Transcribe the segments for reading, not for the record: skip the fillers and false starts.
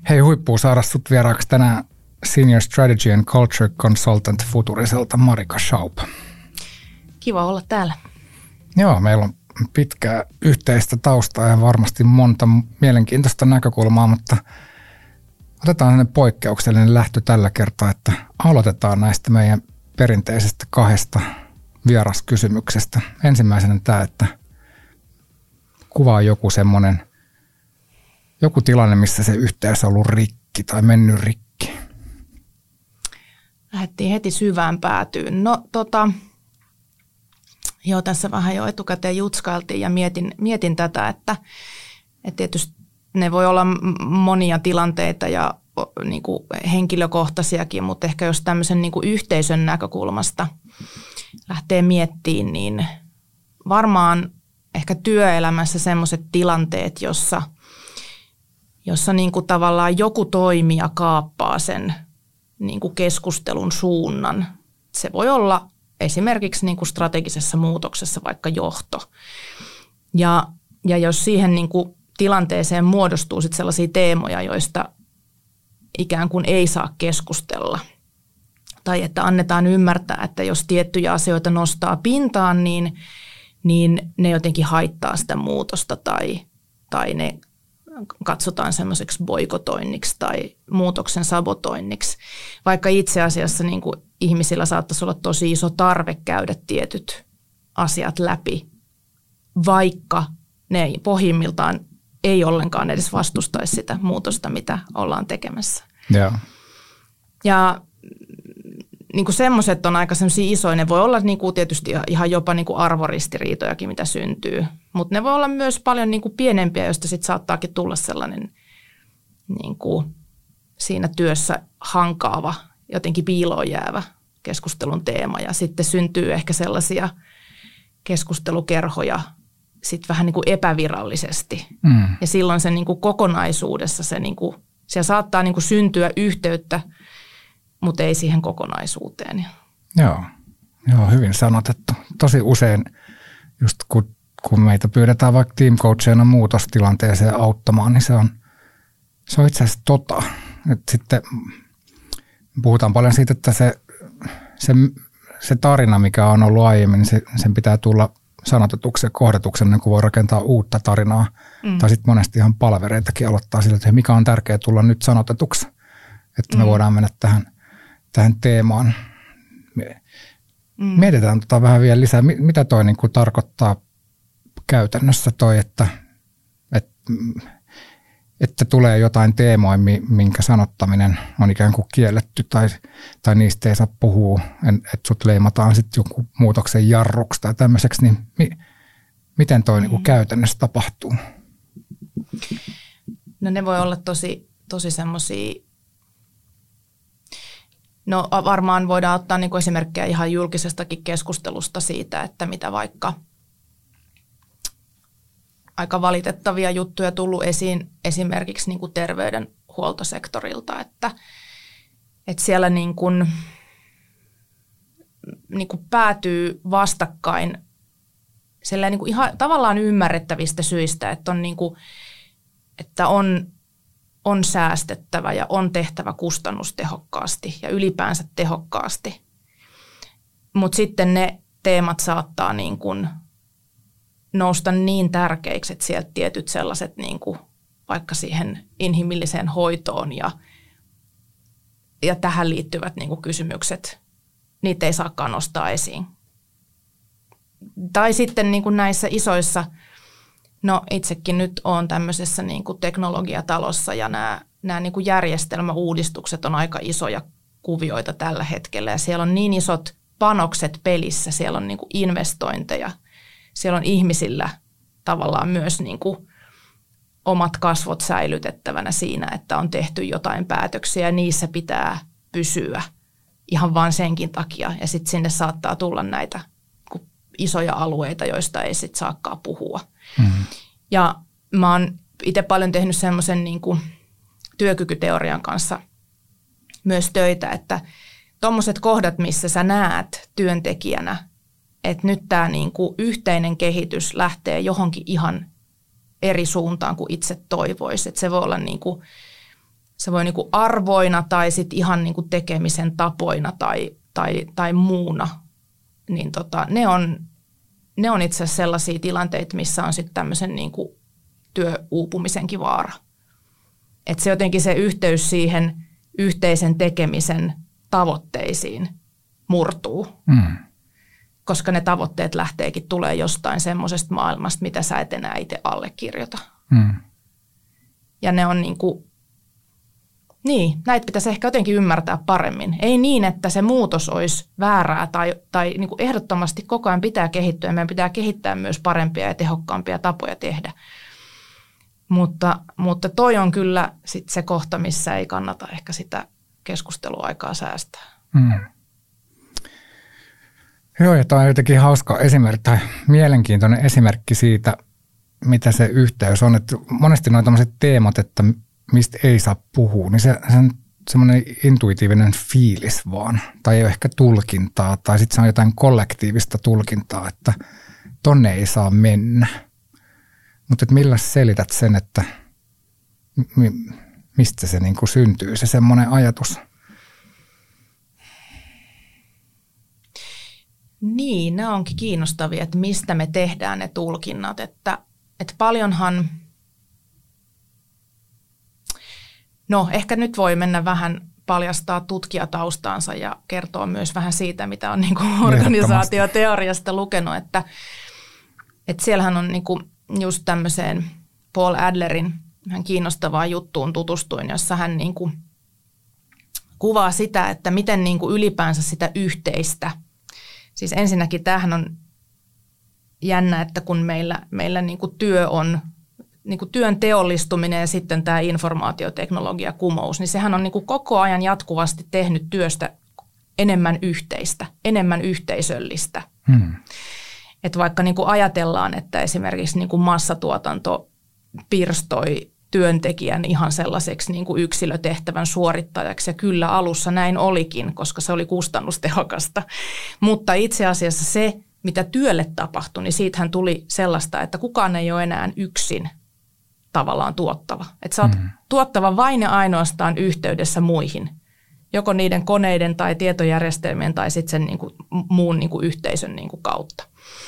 Hei, huippuu saada sut vieraaksi tänään Senior Strategy and Culture Consultant Futuriselta Marika Schaub. Kiva olla täällä. Joo, meillä on pitkää yhteistä taustaa ja varmasti monta mielenkiintoista näkökulmaa, mutta otetaan sellainen poikkeuksellinen lähtö tällä kertaa, että aloitetaan näistä meidän perinteisistä kahdesta vieraskysymyksestä. Ensimmäisenä tämä, että kuvaa joku tilanne, missä se yhteys on ollut rikki tai mennyt rikki. Lähdettiin heti syvään päätyyn. Joo, tässä vähän jo etukäteen jutskailtiin ja mietin tätä, että tietysti ne voi olla monia tilanteita ja niin kuin henkilökohtaisiakin, mutta ehkä jos tämmöisen niin kuin yhteisön näkökulmasta lähtee miettimään, niin varmaan ehkä työelämässä semmoiset tilanteet, jossa niin kuin tavallaan joku toimija kaappaa sen niin kuin keskustelun suunnan. Se voi olla esimerkiksi niin kuin strategisessa muutoksessa vaikka johto. Ja jos siihen niin kuin tilanteeseen muodostuu sit sellaisia teemoja, joista ikään kuin ei saa keskustella, tai että annetaan ymmärtää, että jos tiettyjä asioita nostaa pintaan, niin ne jotenkin haittaa sitä muutosta tai ne katsotaan semmoiseksi boikotoinniksi tai muutoksen sabotoinniksi, vaikka itse asiassa niin kuin ihmisillä saattaisi olla tosi iso tarve käydä tietyt asiat läpi, vaikka ne pohjimmiltaan ei ollenkaan edes vastustaisi sitä muutosta, mitä ollaan tekemässä. Yeah. Ja niin kuin semmoiset on aika semmoisia isoja. Ne voi olla niin kuin tietysti ihan jopa niin kuin arvoristiriitojakin, mitä syntyy. Mutta ne voi olla myös paljon niin kuin pienempiä, joista sitten saattaakin tulla sellainen niin kuin siinä työssä hankaava, jotenkin piiloon jäävä keskustelun teema. Ja sitten syntyy ehkä sellaisia keskustelukerhoja sitten vähän niin kuin epävirallisesti. Ja silloin se niin kuin kokonaisuudessa siellä saattaa niin kuin syntyä yhteyttä, mutta ei siihen kokonaisuuteen. Joo, hyvin sanotettu. Tosi usein, just kun meitä pyydetään vaikka team coachina muutostilanteeseen auttamaan, niin se on itse asiassa että sitten puhutaan paljon siitä, että se tarina, mikä on ollut aiemmin, niin sen pitää tulla sanotetuksi ja kohdatuksi, ennen kuin voi rakentaa uutta tarinaa. Tai sitten monesti ihan palvereitakin aloittaa sillä, että mikä on tärkeää tulla nyt sanotetuksi, että me voidaan mennä tähän teemaan. Mietitään vähän vielä lisää. Mitä toi niin kuin tarkoittaa käytännössä toi, että tulee jotain teemoja, minkä sanottaminen on ikään kuin kielletty tai niistä ei saa puhua, että sut leimataan sitten joku muutoksen jarruksi tai tämmöiseksi, niin miten toi niin kuin käytännössä tapahtuu? No ne voi olla tosi semmoisia. No varmaan voidaan ottaa niin kuin esimerkkejä ihan julkisestakin keskustelusta siitä, että mitä vaikka aika valitettavia juttuja tullut esiin esimerkiksi niin kuin terveydenhuoltosektorilta, että siellä niin kuin päätyy vastakkain niin kuin ihan tavallaan ymmärrettävistä syistä, että on, niin kuin, että on säästettävä ja on tehtävä kustannustehokkaasti ja ylipäänsä tehokkaasti. Mutta sitten ne teemat saattaa niin kuin nousta niin tärkeiksi, että sieltä tietyt sellaiset niin kuin vaikka siihen inhimilliseen hoitoon ja tähän liittyvät niin kuin kysymykset, niitä ei saakaan nostaa esiin. Tai sitten niin kuin näissä isoissa, no itsekin nyt olen tämmöisessä niin kuin teknologiatalossa ja nämä niin kuin järjestelmäuudistukset on aika isoja kuvioita tällä hetkellä ja siellä on niin isot panokset pelissä, siellä on niin kuin investointeja, siellä on ihmisillä tavallaan myös niin kuin omat kasvot säilytettävänä siinä, että on tehty jotain päätöksiä ja niissä pitää pysyä ihan vaan senkin takia ja sitten sinne saattaa tulla näitä isoja alueita, joista ei sitten saakaan puhua. Mm-hmm. Ja mä oon itse paljon tehnyt semmoisen niin kuin työkykyteorian kanssa myös töitä, että tommoset kohdat, missä sä näet työntekijänä, että nyt tämä niin kuin yhteinen kehitys lähtee johonkin ihan eri suuntaan kuin itse toivoisi. Että se voi olla niin kuin se voi niin kuin arvoina tai sitten ihan niin kuin tekemisen tapoina tai muuna, niin ne on itse asiassa sellaisia tilanteita, missä on sitten tämmöisen niin kuin työuupumisenkin vaara. Että se jotenkin se yhteys siihen yhteisen tekemisen tavoitteisiin murtuu, koska ne tavoitteet lähteekin tulee jostain semmoisesta maailmasta, mitä sä et enää itse allekirjoita. Ja ne on näitä pitäisi ehkä jotenkin ymmärtää paremmin. Ei niin, että se muutos olisi väärää tai niin kuin ehdottomasti koko ajan pitää kehittyä. Meidän pitää kehittää myös parempia ja tehokkaampia tapoja tehdä. Mutta toi on kyllä sit se kohta, missä ei kannata ehkä sitä keskusteluaikaa säästää. Joo, ja tämä on jotenkin hauska esimerkki tai mielenkiintoinen esimerkki siitä, mitä se yhteys on. Että monesti nuo tämmöiset teemat, että mistä ei saa puhua, niin se on semmoinen intuitiivinen fiilis vaan. Tai ei ole ehkä tulkintaa, tai sitten se on jotain kollektiivista tulkintaa, että tonne ei saa mennä. Mutta millä selität sen, että mistä se niinku syntyy, se semmoinen ajatus? Niin, nämä onkin kiinnostavia, että mistä me tehdään ne tulkinnat. Että paljonhan, ehkä nyt voi mennä vähän paljastaa tutkijataustaansa ja kertoa myös vähän siitä, mitä on niinku organisaatioteoriasta lukenut. Että siellähän on niinku just tämmöiseen Paul Adlerin ihan kiinnostavaan juttuun tutustuin, jossa hän niinku kuvaa sitä, että miten niinku ylipäänsä sitä yhteistä. Siis ensinnäkin tämähän on jännä, että kun meillä niinku työ on, niinku työn teollistuminen ja sitten tämä informaatioteknologia kumous, niin sehän on niinku koko ajan jatkuvasti tehnyt työstä enemmän yhteistä, enemmän yhteisöllistä. Että vaikka niinku ajatellaan, että esimerkiksi niinku massatuotanto pirstoi työntekijän ihan sellaiseksi niin kuin yksilötehtävän suorittajaksi. Ja kyllä alussa näin olikin, koska se oli kustannustehokasta. Mutta itse asiassa se, mitä työlle tapahtui, niin siitähän tuli sellaista, että kukaan ei ole enää yksin tavallaan tuottava. Että sä oot tuottava vain ja ainoastaan yhteydessä muihin. Joko niiden koneiden tai tietojärjestelmien tai sitten sen niin kuin muun niin kuin yhteisön niin kuin kautta.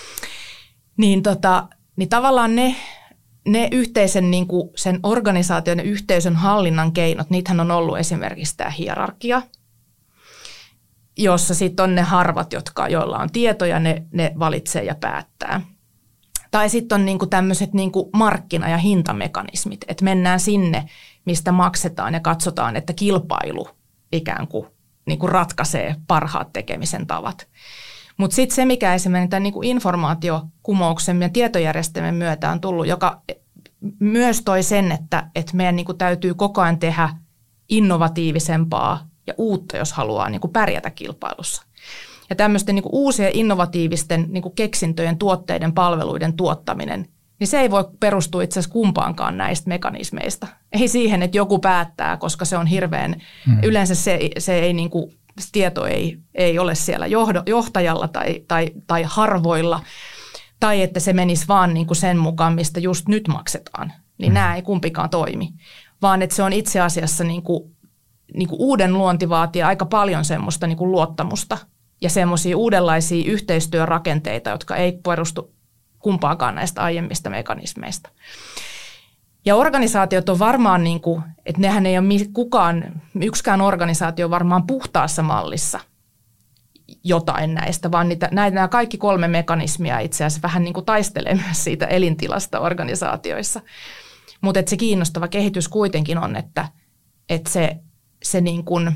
Niin tavallaan ne yhteisen niin kuin sen organisaation ja yhteisön hallinnan keinot, niitähän on ollut esimerkiksi tämä hierarkia, jossa sitten on ne harvat, joilla on tietoja, ne valitsee ja päättää. Tai sitten on niin kuin tämmöiset niin kuin markkina- ja hintamekanismit, että mennään sinne, mistä maksetaan ja katsotaan, että kilpailu ikään kuin ratkaisee parhaat tekemisen tavat. Mutta sitten se, mikä esimerkiksi tämän niinku informaatiokumouksen ja tietojärjestelmän myötä on tullut, joka myös toi sen, että meidän niinku täytyy koko ajan tehdä innovatiivisempaa ja uutta, jos haluaa niinku pärjätä kilpailussa. Ja tämmöisten niinku uusien innovatiivisten niinku keksintöjen, tuotteiden, palveluiden tuottaminen, niin se ei voi perustua itse asiassa kumpaankaan näistä mekanismeista. Ei siihen, että joku päättää, koska se on hirveän, yleensä se ei niinku, tieto ei ole siellä johtajalla tai harvoilla, tai että se menisi vaan niin kuin sen mukaan, mistä just nyt maksetaan. Niin nämä ei kumpikaan toimi, vaan että se on itse asiassa niin kuin uuden luonti vaatii aika paljon semmoista niin kuin luottamusta ja semmoisia uudenlaisia yhteistyörakenteita, jotka ei perustu kumpaankaan näistä aiemmista mekanismeista. Ja organisaatiot on varmaan, niin kuin, että nehän ei ole yksikään organisaatio varmaan puhtaassa mallissa jotain näistä, vaan nämä kaikki 3 mekanismia itse asiassa vähän niin kuin taistelee myös siitä elintilasta organisaatioissa. Mutta se kiinnostava kehitys kuitenkin on, että se niin kuin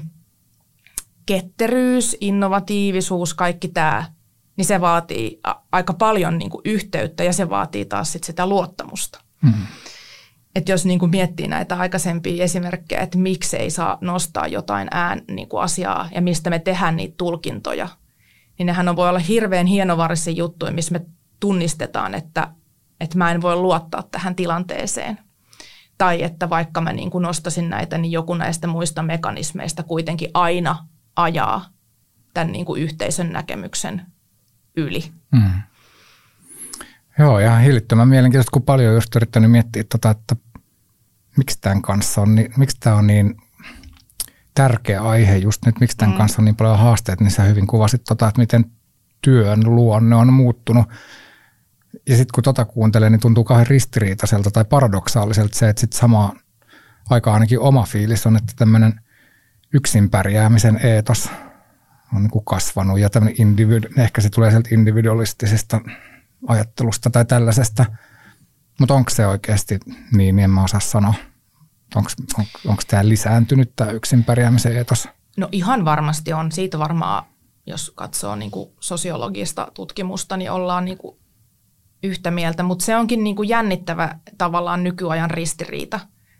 ketteryys, innovatiivisuus, kaikki tämä, niin se vaatii aika paljon niin kuin yhteyttä ja se vaatii taas sit sitä luottamusta. Että jos niin kuin miettii näitä aikaisempia esimerkkejä, että miksi ei saa nostaa jotain niin kuin asiaa ja mistä me tehdään niitä tulkintoja, niin nehän voi olla hirveän hienovarisia juttuja, missä me tunnistetaan, että mä en voi luottaa tähän tilanteeseen. Tai että vaikka mä niin kuin nostasin näitä, niin joku näistä muista mekanismeista kuitenkin aina ajaa tämän niin kuin yhteisön näkemyksen yli. Joo, ihan hillittömän mielenkiintoista, kun paljon on just yrittänyt miettiä että miksi tämä on niin tärkeä aihe just nyt, miksi tämän kanssa on niin paljon haasteita, niin sä hyvin kuvasit että miten työn luonne on muuttunut. Ja sitten kun kuuntelee, niin tuntuu kauhean ristiriitaiselta tai paradoksaaliselta se, että sitten samaan aikaan ainakin oma fiilis on, että tämmöinen yksin pärjäämisen eetos on niin kuin kasvanut ja tämmöinen ehkä se tulee sieltä individualistisesta ajattelusta tai tällaisesta. Mutta onko se oikeasti niin en mä osaa sanoa. Onko tämä lisääntynyt tämä yksin pärjäämisen eetos? No ihan varmasti on. Siitä varmaan, jos katsoo niin kuin sosiologista tutkimusta, niin ollaan niin kuin yhtä mieltä. Mutta se onkin niin kuin jännittävä tavallaan nykyajan ristiriita,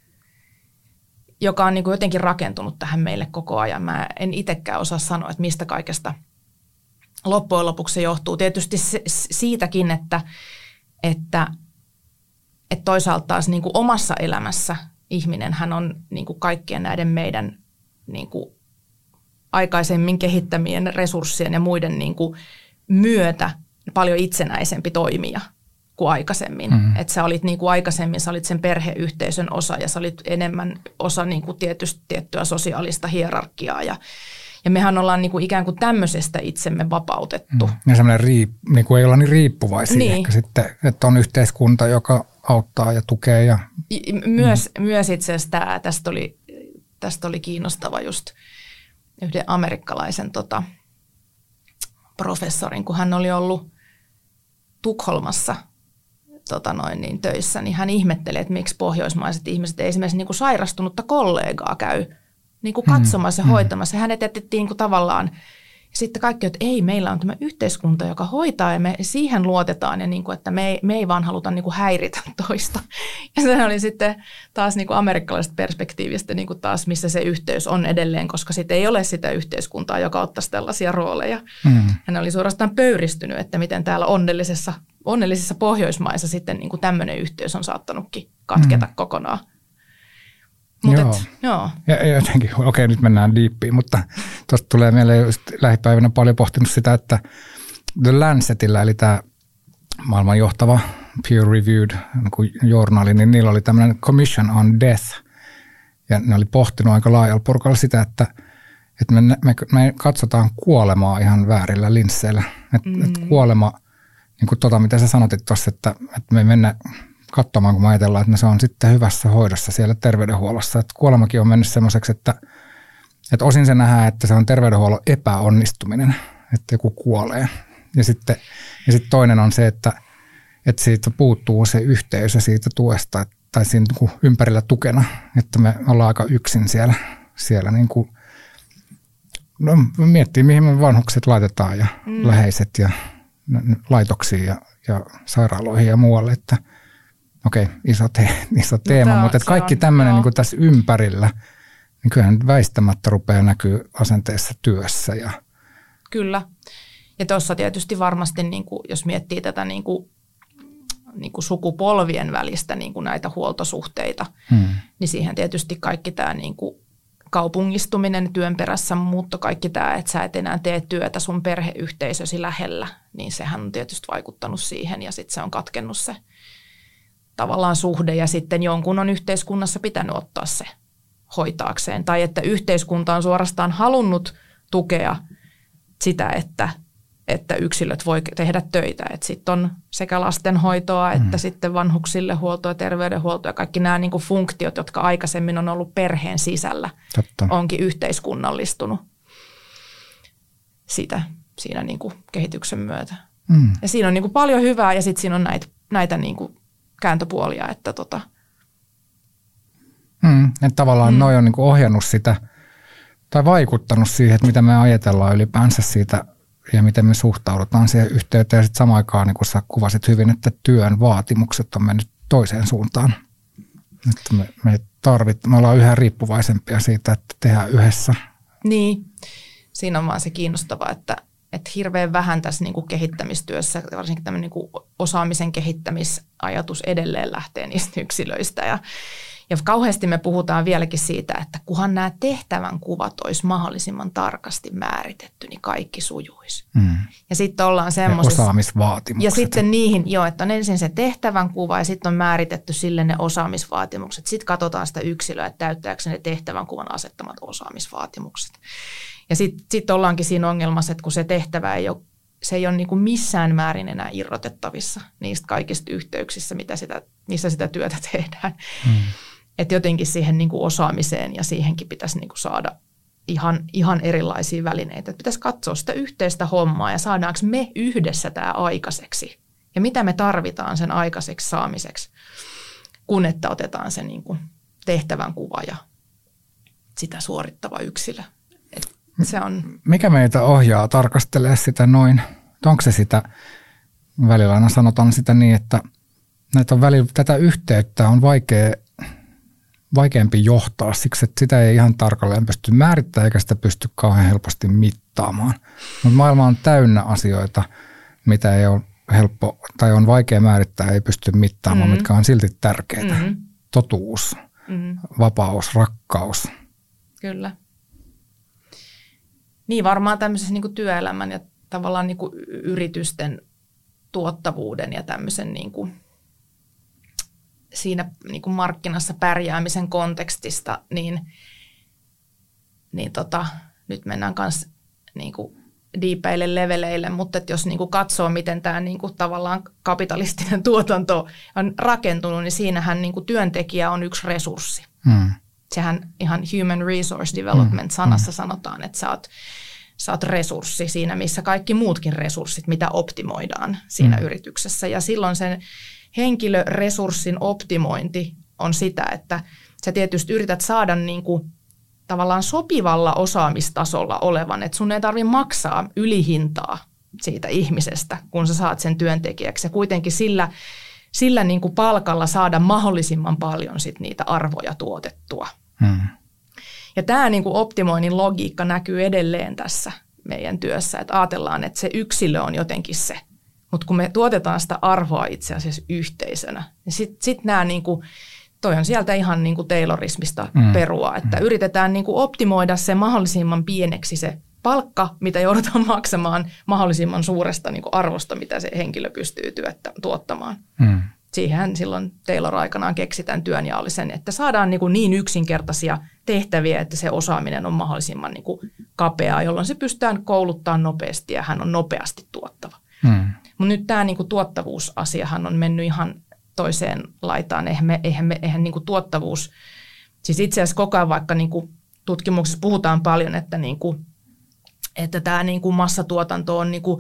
joka on niin kuin jotenkin rakentunut tähän meille koko ajan. Mä en itsekään osaa sanoa, että mistä kaikesta loppujen lopuksi se johtuu. Tietysti siitäkin, että toisaalta taas niin kuin omassa elämässä ihminen hän on niin kuin kaikkien näiden meidän niin kuin aikaisemmin kehittämien resurssien ja muiden niin kuin myötä paljon itsenäisempi toimija kuin aikaisemmin. Että sä olit niin kuin aikaisemmin, sä olit sen perheyhteisön osa ja sä olit enemmän osa niin kuin tiettyä sosiaalista hierarkiaa ja mehän ollaan niin kuin ikään kuin tämmöisestä itsemme vapautettu. Ja semmoinen niin kuin ei olla niin riippuvaisia niin. Ehkä sitten, että on yhteiskunta, joka auttaa ja tukee. Ja Myös itse asiassa tästä oli kiinnostava just yhden amerikkalaisen professorin, kun hän oli ollut Tukholmassa töissä, niin hän ihmetteli, että miksi pohjoismaiset ihmiset ei esimerkiksi niin kuin sairastunutta kollegaa käy niin kuin katsomassa ja hoitamassa. Hänet jätettiin niin kuin tavallaan. Ja sitten kaikki, että ei, meillä on tämä yhteiskunta, joka hoitaa ja me siihen luotetaan ja niin kuin, että me ei vaan haluta niin kuin häiritä toista. Ja se oli sitten taas niin kuin amerikkalaisesta perspektiivistä niin kuin taas, missä se yhteys on edelleen, koska sitten ei ole sitä yhteiskuntaa, joka ottaisi tällaisia rooleja. Hän oli suorastaan pöyristynyt, että miten täällä onnellisissa Pohjoismaissa sitten niin kuin tämmöinen yhteys on saattanutkin katketa kokonaan. Joo. Ja jotenkin, okei, nyt mennään diippiin, mutta tuosta tulee mieleen just lähipäivänä paljon pohtinut sitä, että The Lancetillä, eli tämä maailman johtava peer-reviewed journaali, niin niillä oli tämmöinen Commission on Death, ja ne oli pohtinut aika laajalla porukalla sitä, että me katsotaan kuolemaa ihan väärillä linsseillä. Että kuolema, niin kuin mitä sä sanotit tuossa, että me ei mennä katsomaan, kun me ajatellaan, että se on sitten hyvässä hoidossa siellä terveydenhuollossa. Että kuolemakin on mennyt semmoiseksi, että osin se nähdään, että se on terveydenhuollon epäonnistuminen, että joku kuolee. Ja sitten toinen on se, että siitä puuttuu se yhteys ja siitä tuesta tai siinä ympärillä tukena, että me ollaan aika yksin siellä niin kuin, miettii, mihin me vanhukset laitetaan ja läheiset ja laitoksiin ja sairaaloihin ja muualle, että okei, iso teema, mutta että kaikki tämmöinen niin kuin tässä ympärillä, niin kyllähän väistämättä rupeaa näkyy asenteessa työssä. Kyllä. Ja tuossa tietysti varmasti, niin kuin, jos miettii tätä niin kuin sukupolvien välistä niin kuin näitä huoltosuhteita, niin siihen tietysti kaikki tämä niin kuin kaupungistuminen, työn perässä muutto, kaikki tämä, että sä et enää tee työtä sun perheyhteisösi lähellä, niin sehän on tietysti vaikuttanut siihen ja sitten se on katkennut se tavallaan suhde ja sitten jonkun on yhteiskunnassa pitänyt ottaa se hoitaakseen. Tai että yhteiskunta on suorastaan halunnut tukea sitä, että yksilöt voi tehdä töitä. Että sitten on sekä lastenhoitoa että sitten vanhuksille huoltoa ja terveydenhuoltoa ja kaikki nämä niin kuin funktiot, jotka aikaisemmin on ollut perheen sisällä, onkin yhteiskunnallistunut siinä niin kuin kehityksen myötä. Ja siinä on niin kuin paljon hyvää ja sitten siinä on näitä niin kuin kääntöpuolia, että että tavallaan noi on niin kuin ohjannut sitä tai vaikuttanut siihen, että mitä me ajatellaan ylipäänsä siitä ja miten me suhtaudutaan siihen yhteyteen. Ja sitten samaan aikaan, niin kuin sä kuvasit hyvin, että työn vaatimukset on mennyt toiseen suuntaan. Että me ollaan yhä riippuvaisempia siitä, että tehdään yhdessä. Niin, siinä on vaan se kiinnostava, että hirveän vähän tässä niin kuin kehittämistyössä, varsinkin tämmöinen niin kuin osaamisen kehittämisajatus edelleen lähtee niistä yksilöistä. Ja kauheasti me puhutaan vieläkin siitä, että kunhan nämä tehtävän kuvat olisi mahdollisimman tarkasti määritetty, niin kaikki sujuisi. Ja sitten ollaan semmoisessa... Osaamisvaatimukset. Ja sitten niihin, että on ensin se tehtävän kuva ja sitten on määritetty sille ne osaamisvaatimukset. Sitten katsotaan sitä yksilöä, että täyttääkö ne tehtävän kuvan asettamat osaamisvaatimukset. Ja sitten ollaankin siinä ongelmassa, että kun se tehtävä se ei ole niin kuin missään määrin enää irrotettavissa niistä kaikista yhteyksistä, missä sitä työtä tehdään. Että jotenkin siihen niin kuin osaamiseen ja siihenkin pitäisi niin kuin saada ihan erilaisia välineitä. Että pitäisi katsoa sitä yhteistä hommaa ja saadaanko me yhdessä tämä aikaiseksi. Ja mitä me tarvitaan sen aikaiseksi saamiseksi, kun että otetaan se niin kuin tehtävän kuva ja sitä suorittava yksilö. Se on... Mikä meitä ohjaa tarkastelee sitä noin? Onko se sitä, välillä aina sanotaan sitä niin, että tätä yhteyttä on vaikeampi johtaa siksi, että sitä ei ihan tarkalleen pysty määrittämään eikä sitä pysty kauhean helposti mittaamaan. Mutta maailma on täynnä asioita, mitä ei ole helppo tai on vaikea määrittää, ei pysty mittaamaan, mitkä on silti tärkeitä. Totuus, vapaus, rakkaus. Kyllä. Niin varmaan tämmöisessä niin kuin työelämän ja tavallaan niin kuin yritysten tuottavuuden ja tämmöisen niin kuin siinä niin kuin markkinassa pärjäämisen kontekstista, niin nyt mennään myös niin kuin diipeille leveleille, mutta että jos niin kuin katsoo, miten tämä niin kuin tavallaan kapitalistinen tuotanto on rakentunut, niin siinähän niin kuin työntekijä on yksi resurssi. Sehän ihan human resource development sanassa sanotaan, että sä oot resurssi siinä, missä kaikki muutkin resurssit, mitä optimoidaan siinä yrityksessä. Ja silloin sen henkilöresurssin optimointi on sitä, että sä tietysti yrität saada niin kuin tavallaan sopivalla osaamistasolla olevan, että sun ei tarvitse maksaa ylihintaa siitä ihmisestä, kun sä saat sen työntekijäksi. Ja kuitenkin sillä niin kuin palkalla saada mahdollisimman paljon sit niitä arvoja tuotettua. Ja tämä niin kuin optimoinnin logiikka näkyy edelleen tässä meidän työssä, että ajatellaan, että se yksilö on jotenkin se. Mutta kun me tuotetaan sitä arvoa itse asiassa yhteisönä, niin sitten nämä, niin kuin, toi on sieltä ihan niin kuin Taylorismista perua, että yritetään niin kuin optimoida se mahdollisimman pieneksi se palkka, mitä joudutaan maksamaan mahdollisimman suuresta niin kuin arvosta, mitä se henkilö pystyy tuottamaan. Siihenhän silloin Taylor aikanaan keksi tämän työnjaollisen, että saadaan niin yksinkertaisia tehtäviä, että se osaaminen on mahdollisimman niin kuin kapeaa, jolloin se pystytään kouluttamaan nopeasti ja hän on nopeasti tuottava. Mutta nyt tämä niin kuin tuottavuusasiahan on mennyt ihan toiseen laitaan. Eihän niin kuin tuottavuus, siis itse asiassa koko ajan vaikka niin kuin tutkimuksessa puhutaan paljon, että tämä niin kuin massatuotanto on niin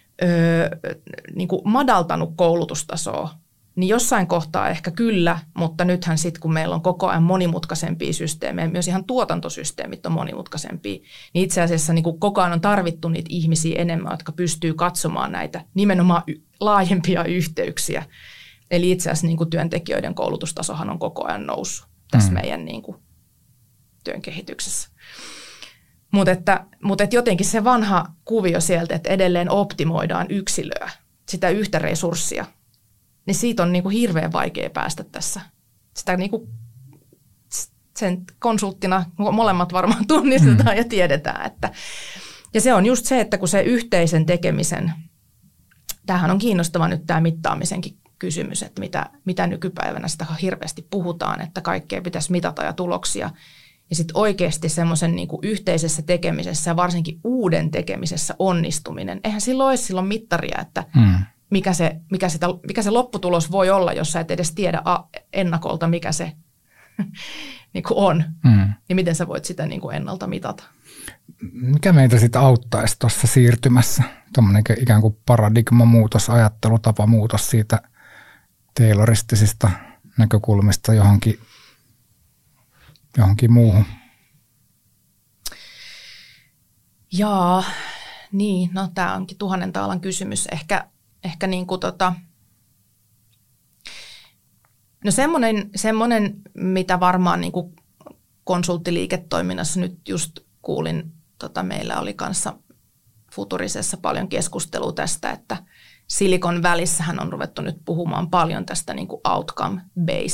kuin madaltanut koulutustasoa. Niin jossain kohtaa ehkä kyllä, mutta nythän sitten kun meillä on koko ajan monimutkaisempia systeemejä, myös ihan tuotantosysteemit on monimutkaisempia, niin itse asiassa niin kuin koko ajan on tarvittu niitä ihmisiä enemmän, jotka pystyy katsomaan näitä nimenomaan laajempia yhteyksiä. Eli itse asiassa niin kuin työntekijöiden koulutustasohan on koko ajan noussut tässä meidän niin kuin työn kehityksessä. Mutta jotenkin se vanha kuvio sieltä, että edelleen optimoidaan yksilöä, sitä yhtä resurssia, niin siitä on niin kuin hirveän vaikea päästä tässä. Sitä niin kuin sen konsulttina molemmat varmaan tunnistetaan ja tiedetään. Ja se on just se, että kun se yhteisen tekemisen, tämähän on kiinnostava nyt tämä mittaamisenkin kysymys, että mitä nykypäivänä sitä hirveästi puhutaan, että kaikkea pitäisi mitata ja tuloksia. Ja sitten oikeasti semmoisen niin kuin yhteisessä tekemisessä ja varsinkin uuden tekemisessä onnistuminen, eihän silloin ole silloin mittaria, että mikä se lopputulos voi olla, jos sä et edes tiedä ennakolta, mikä se niin kuin on. Niin miten sä voit sitä niin kuin ennalta mitata? Mikä meitä sitten auttaisi tuossa siirtymässä? Tuommoinen ikään kuin paradigmamuutos, ajattelutapamuutos siitä tayloristisista näkökulmista johonkin muuhun. Jaa, niin, no tämä onkin 1000 taalan kysymys. Ehkä niin kuin no semmoinen, mitä varmaan niin kuin konsulttiliiketoiminnassa nyt just kuulin, meillä oli kanssa Futurisessa paljon keskustelua tästä, että Silicon Valleysähän on ruvettu nyt puhumaan paljon tästä niin kuin outcome-based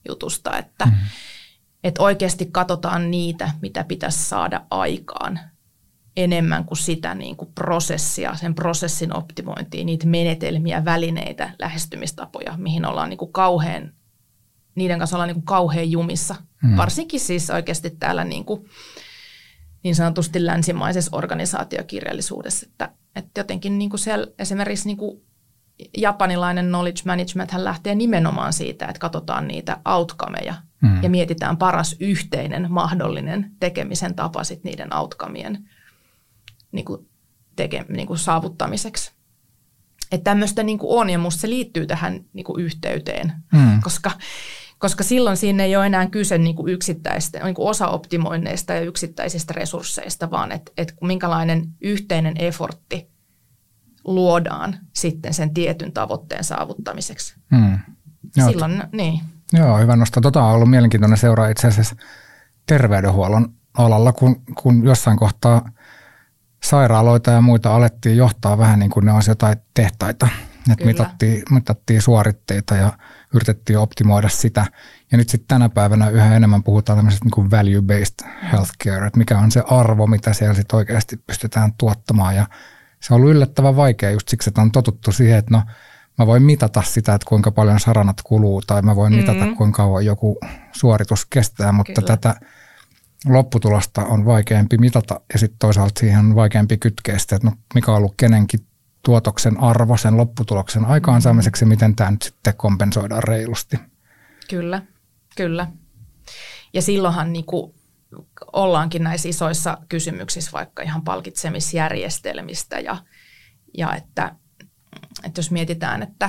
jutusta, että oikeasti katsotaan niitä, mitä pitäisi saada aikaan enemmän kuin sitä niin kuin prosessia, sen prosessin optimointia, niitä menetelmiä, välineitä, lähestymistapoja, mihin ollaan niin kuin niiden kanssa ollaan niin kuin kauhean jumissa. Varsinkin siis oikeasti täällä niin sanotusti länsimaisessa organisaatiokirjallisuudessa, että jotenkin niin kuin siellä esimerkiksi niin kuin japanilainen knowledge management hän lähtee nimenomaan siitä, että katsotaan niitä outcomeja ja mietitään paras yhteinen mahdollinen tekemisen tapa sit niiden outcomien niin kuin saavuttamiseksi. Että tämmöistä niin kuin on ja musta se liittyy tähän niin kuin yhteyteen, koska silloin siinä ei ole enää kyse niin kuin yksittäistä niin kuin osaoptimoinneista ja yksittäisistä resursseista, vaan että minkälainen yhteinen effortti luodaan sitten sen tietyn tavoitteen saavuttamiseksi. Silloin, niin. Joo, hyvä nosto. On ollut mielenkiintoinen seuraa itse asiassa terveydenhuollon alalla, kun jossain kohtaa sairaaloita ja muita alettiin johtaa vähän niin kuin ne olisi jotain tehtaita. Että mitattiin suoritteita ja yritettiin optimoida sitä. Ja nyt sitten tänä päivänä yhä enemmän puhutaan tämmöisestä niin kuin value-based healthcare, että mikä on se arvo, mitä siellä sitten oikeasti pystytään tuottamaan. Ja se on ollut yllättävän vaikea just siksi, että on totuttu siihen, että no mä voin mitata sitä, että kuinka paljon saranat kuluu tai mä voin mitata, kuinka kauan joku suoritus kestää, mutta tätä lopputulosta on vaikeampi mitata ja sitten toisaalta siihen on vaikeampi kytkeä sitä, että no mikä on ollut kenenkin tuotoksen arvo sen lopputuloksen aikaansaamiseksi, miten tämä nyt sitten kompensoidaan reilusti. Kyllä. Ja silloinhan niinku ollaankin näissä isoissa kysymyksissä vaikka ihan palkitsemisjärjestelmistä ja että jos mietitään, että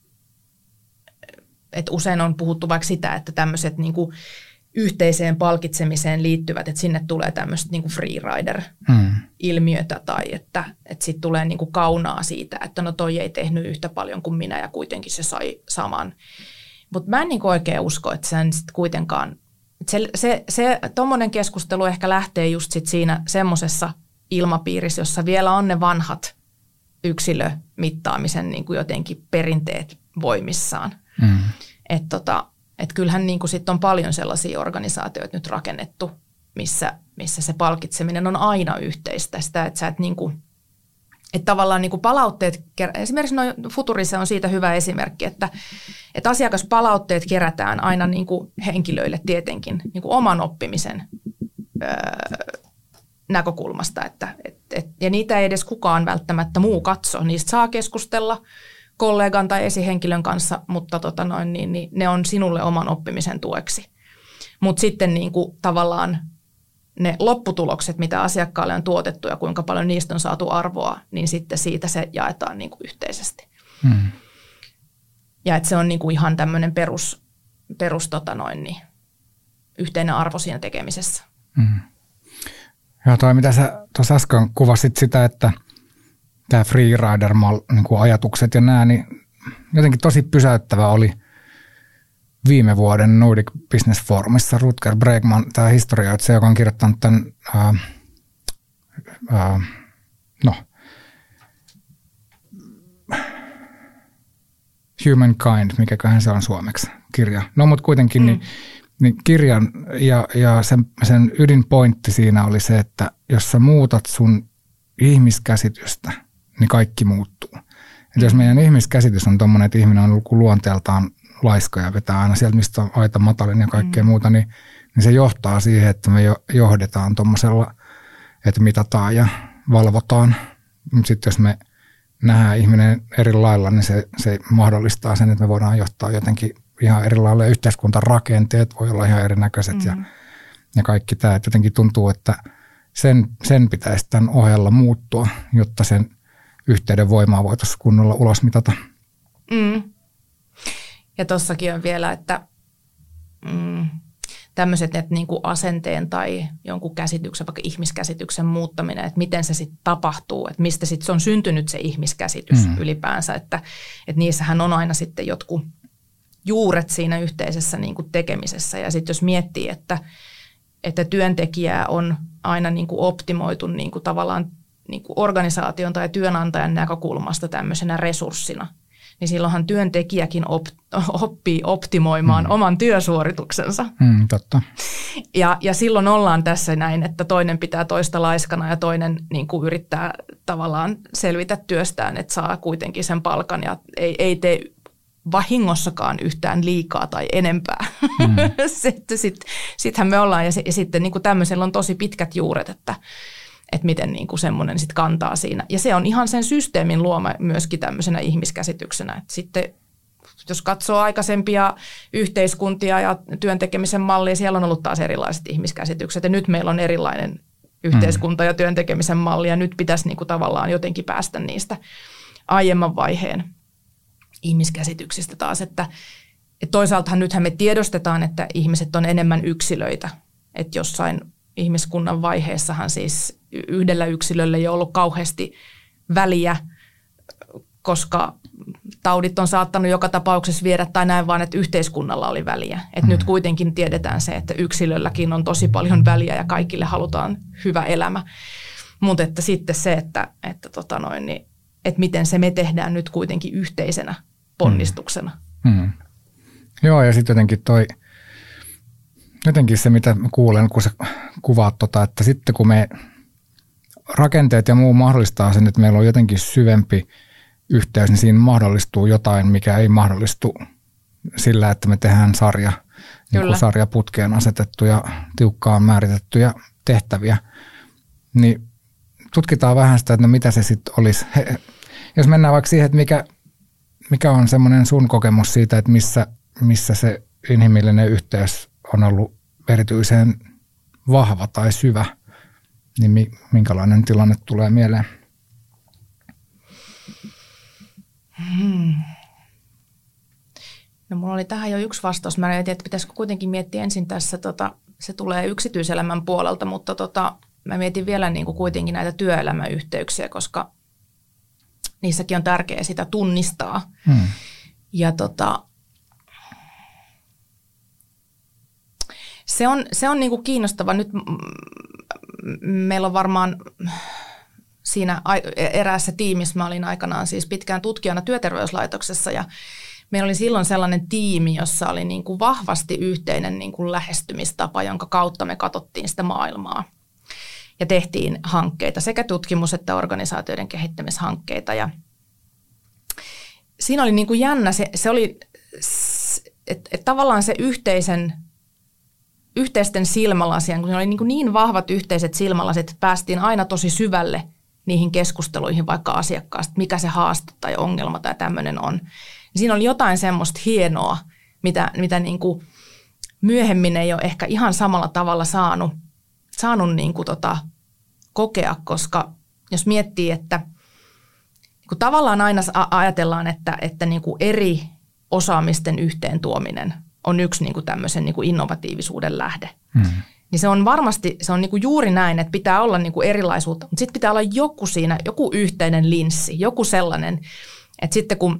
usein on puhuttu vaikka sitä, että tämmöiset niinku yhteiseen palkitsemiseen liittyvät, että sinne tulee tämmöistä niinku freerider-ilmiötä tai että sitten tulee niinku kaunaa siitä, että no toi ei tehnyt yhtä paljon kuin minä ja kuitenkin se sai saman. Mutta mä en niinku oikein usko, että sen sitten kuitenkaan, se tommoinen keskustelu ehkä lähtee just sit siinä semmoisessa ilmapiirissä, jossa vielä on ne vanhat yksilömittaamisen niinku jotenkin perinteet voimissaan. Että kyllähän niin sit on paljon sellaisia organisaatioita nyt rakennettu, missä se palkitseminen on aina yhteistä. Sitä, että sä et että tavallaan palautteet, esimerkiksi Futurissa on siitä hyvä esimerkki, että asiakaspalautteet kerätään aina henkilöille tietenkin oman oppimisen näkökulmasta. Ja niitä ei edes kukaan välttämättä muu katso. Niistä saa keskustella kollegan tai esihenkilön kanssa, mutta niin ne on sinulle oman oppimisen tueksi. Mutta sitten tavallaan ne lopputulokset, mitä asiakkaalle on tuotettu ja kuinka paljon niistä on saatu arvoa, niin sitten siitä se jaetaan yhteisesti. Ja että se on ihan tämmöinen perus yhteinen arvo siinä tekemisessä. Joo, toi mitä sä tuossa äsken kuvasit sitä, että tämä freerider-ajatukset ja nämä, niin jotenkin tosi pysäyttävä oli viime vuoden Nordic Business Forumissa Rutger Bregman, tämä historioitsija, joka on kirjoittanut tämän Humankind, mikäköhän se on suomeksi, kirja. No mutta kuitenkin niin kirjan ja sen ydinpointti siinä oli se, että jos sä muutat sun ihmiskäsitystä, niin kaikki muuttuu. Että jos meidän ihmiskäsitys on tommoinen, että ihminen on luonteeltaan laiska ja vetää aina sieltä, mistä on aita matalin ja kaikkea muuta, niin se johtaa siihen, että me johdetaan tommosella, että mitataan ja valvotaan. Sitten jos me nähdään ihminen eri lailla, niin se mahdollistaa sen, että me voidaan johtaa jotenkin ihan eri lailla. Yhteiskuntarakenteet voi olla ihan erinäköiset ja kaikki tämä. Että jotenkin tuntuu, että sen pitäisi tämän ohella muuttua, jotta sen yhteyden voimaa voitaisiin kunnolla ulosmitata. Ja tossakin on vielä, että tämmöiset että niinku asenteen tai jonkun käsityksen, vaikka ihmiskäsityksen muuttaminen, että miten se sitten tapahtuu, että mistä sitten se on syntynyt se ihmiskäsitys ylipäänsä, että niissähän on aina sitten jotkut juuret siinä yhteisessä niinku tekemisessä. Ja sitten jos miettii, että työntekijää on aina niinku optimoitu niinku tavallaan niinku organisaation tai työnantajan näkökulmasta tämmöisenä resurssina, niin silloinhan työntekijäkin oppii optimoimaan oman työsuorituksensa. Totta. Ja silloin ollaan tässä näin, että toinen pitää toista laiskana ja toinen niin kuin yrittää tavallaan selvitä työstään, että saa kuitenkin sen palkan ja ei tee vahingossakaan yhtään liikaa tai enempää. Sittenhän me ollaan ja sitten niin kuin tämmöisellä on tosi pitkät juuret, että miten niin kuin semmoinen sit kantaa siinä. Ja se on ihan sen systeemin luoma myöskin tämmöisenä ihmiskäsityksenä. Et sitten jos katsoo aikaisempia yhteiskuntia ja työn tekemisen mallia, siellä on ollut taas erilaiset ihmiskäsitykset. Ja nyt meillä on erilainen yhteiskunta ja työn tekemisen malli. Ja nyt pitäisi niin kuin tavallaan jotenkin päästä niistä aiemman vaiheen ihmiskäsityksistä taas. Että toisaaltahan nythän me tiedostetaan, että ihmiset on enemmän yksilöitä. Että jossain ihmiskunnan vaiheessahan siis yhdellä yksilöllä ei ole ollut kauheasti väliä, koska taudit on saattanut joka tapauksessa viedä tai näin, vaan että yhteiskunnalla oli väliä. Että nyt kuitenkin tiedetään se, että yksilölläkin on tosi paljon väliä ja kaikille halutaan hyvä elämä. Mutta että sitten se, että miten se me tehdään nyt kuitenkin yhteisenä ponnistuksena. Joo, ja sitten jotenkin se, mitä kuulen, kun sä kuvaat että sitten kun me rakenteet ja muu mahdollistaa sen, että meillä on jotenkin syvempi yhteys, niin siinä mahdollistuu jotain, mikä ei mahdollistu sillä, että me tehdään sarjaputkeen asetettuja, tiukkaan määritettyjä tehtäviä. Niin tutkitaan vähän sitä, että mitä se sitten olisi. Jos mennään vaikka siihen, että mikä on semmoinen sun kokemus siitä, että missä se inhimillinen yhteys on ollut erityisen vahva tai syvä, niin minkälainen tilanne tulee mieleen? No mulla oli tähän jo yksi vastaus. Mä mietin, että pitäisikö kuitenkin miettiä ensin tässä, se tulee yksityiselämän puolelta, mutta mä mietin vielä niin kuin kuitenkin näitä työelämäyhteyksiä, koska niissäkin on tärkeää sitä tunnistaa. Ja se on niin kuin kiinnostava. Nyt meillä on varmaan siinä eräässä tiimissä, mä olin aikanaan siis pitkään tutkijana työterveyslaitoksessa ja meillä oli silloin sellainen tiimi, jossa oli niin kuin vahvasti yhteinen niin kuin lähestymistapa, jonka kautta me katsottiin sitä maailmaa. Ja tehtiin hankkeita, sekä tutkimus- että organisaatioiden kehittämishankkeita. Ja siinä oli niin kuin jännä, se oli, että tavallaan se yhteisten silmälasien, kun ne oli niin vahvat yhteiset silmälasit, että päästiin aina tosi syvälle niihin keskusteluihin vaikka asiakkaasta, mikä se haaste tai ongelma tai tämmöinen on. Siinä oli jotain semmoista hienoa, mitä niin kuin myöhemmin ei ole ehkä ihan samalla tavalla saanut niin kuin kokea, koska jos miettii, että kun tavallaan aina ajatellaan, että niin kuin eri osaamisten yhteen tuominen on yksi niin kuin tämmöisen niin kuin innovatiivisuuden lähde. Niin se on varmasti, se on niin kuin juuri näin, että pitää olla niin kuin erilaisuutta, mutta sitten pitää olla joku yhteinen linssi, joku sellainen, että sitten kun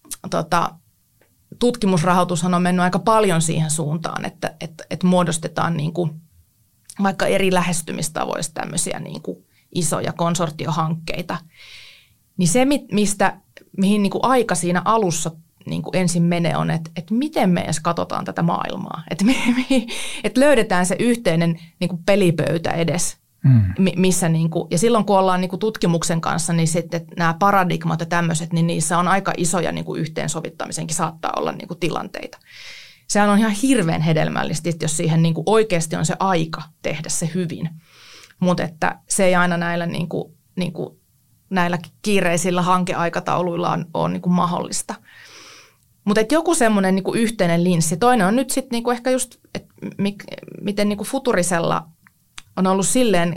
tutkimusrahoitushan on mennyt aika paljon siihen suuntaan, että muodostetaan niin kuin vaikka eri lähestymistavoista tämmöisiä niin kuin isoja konsortiohankkeita, niin se, mihin niin kuin aika siinä alussa niin kuin ensin menee on, että miten me edes katsotaan tätä maailmaa, että löydetään se yhteinen niin kuin pelipöytä edes, missä niin kuin, ja silloin kun ollaan niin kuin tutkimuksen kanssa, niin sitten nämä paradigmat ja tämmöiset, niin niissä on aika isoja niin kuin yhteensovittamisenkin saattaa olla niin kuin tilanteita. Sehän on ihan hirveän hedelmällistä, jos siihen niin kuin oikeasti on se aika tehdä se hyvin, mutta että se ei aina näillä, niin kuin näillä kiireisillä hankeaikatauluilla on niin kuin mahdollista. Mutta joku semmoinen niinku yhteinen linssi. Toinen on nyt sitten niinku ehkä just, että miten niinku Futurisella on ollut silleen,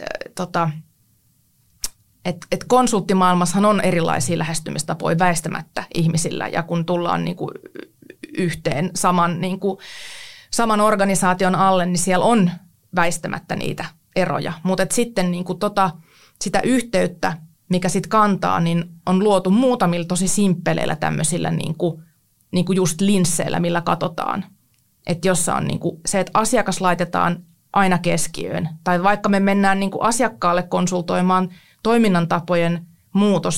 että konsulttimaailmassahan on erilaisia lähestymistapoja väistämättä ihmisillä. Ja kun tullaan niinku yhteen saman organisaation alle, niin siellä on väistämättä niitä eroja. Mutta sitten niinku sitä yhteyttä, mikä sitten kantaa, niin on luotu muutamilla tosi simppeleillä tämmöisillä niinku just linsseillä, millä katsotaan. Että jossa on niinku se, että asiakas laitetaan aina keskiöön. Tai vaikka me mennään niinku asiakkaalle konsultoimaan toiminnan tapojen muutosta,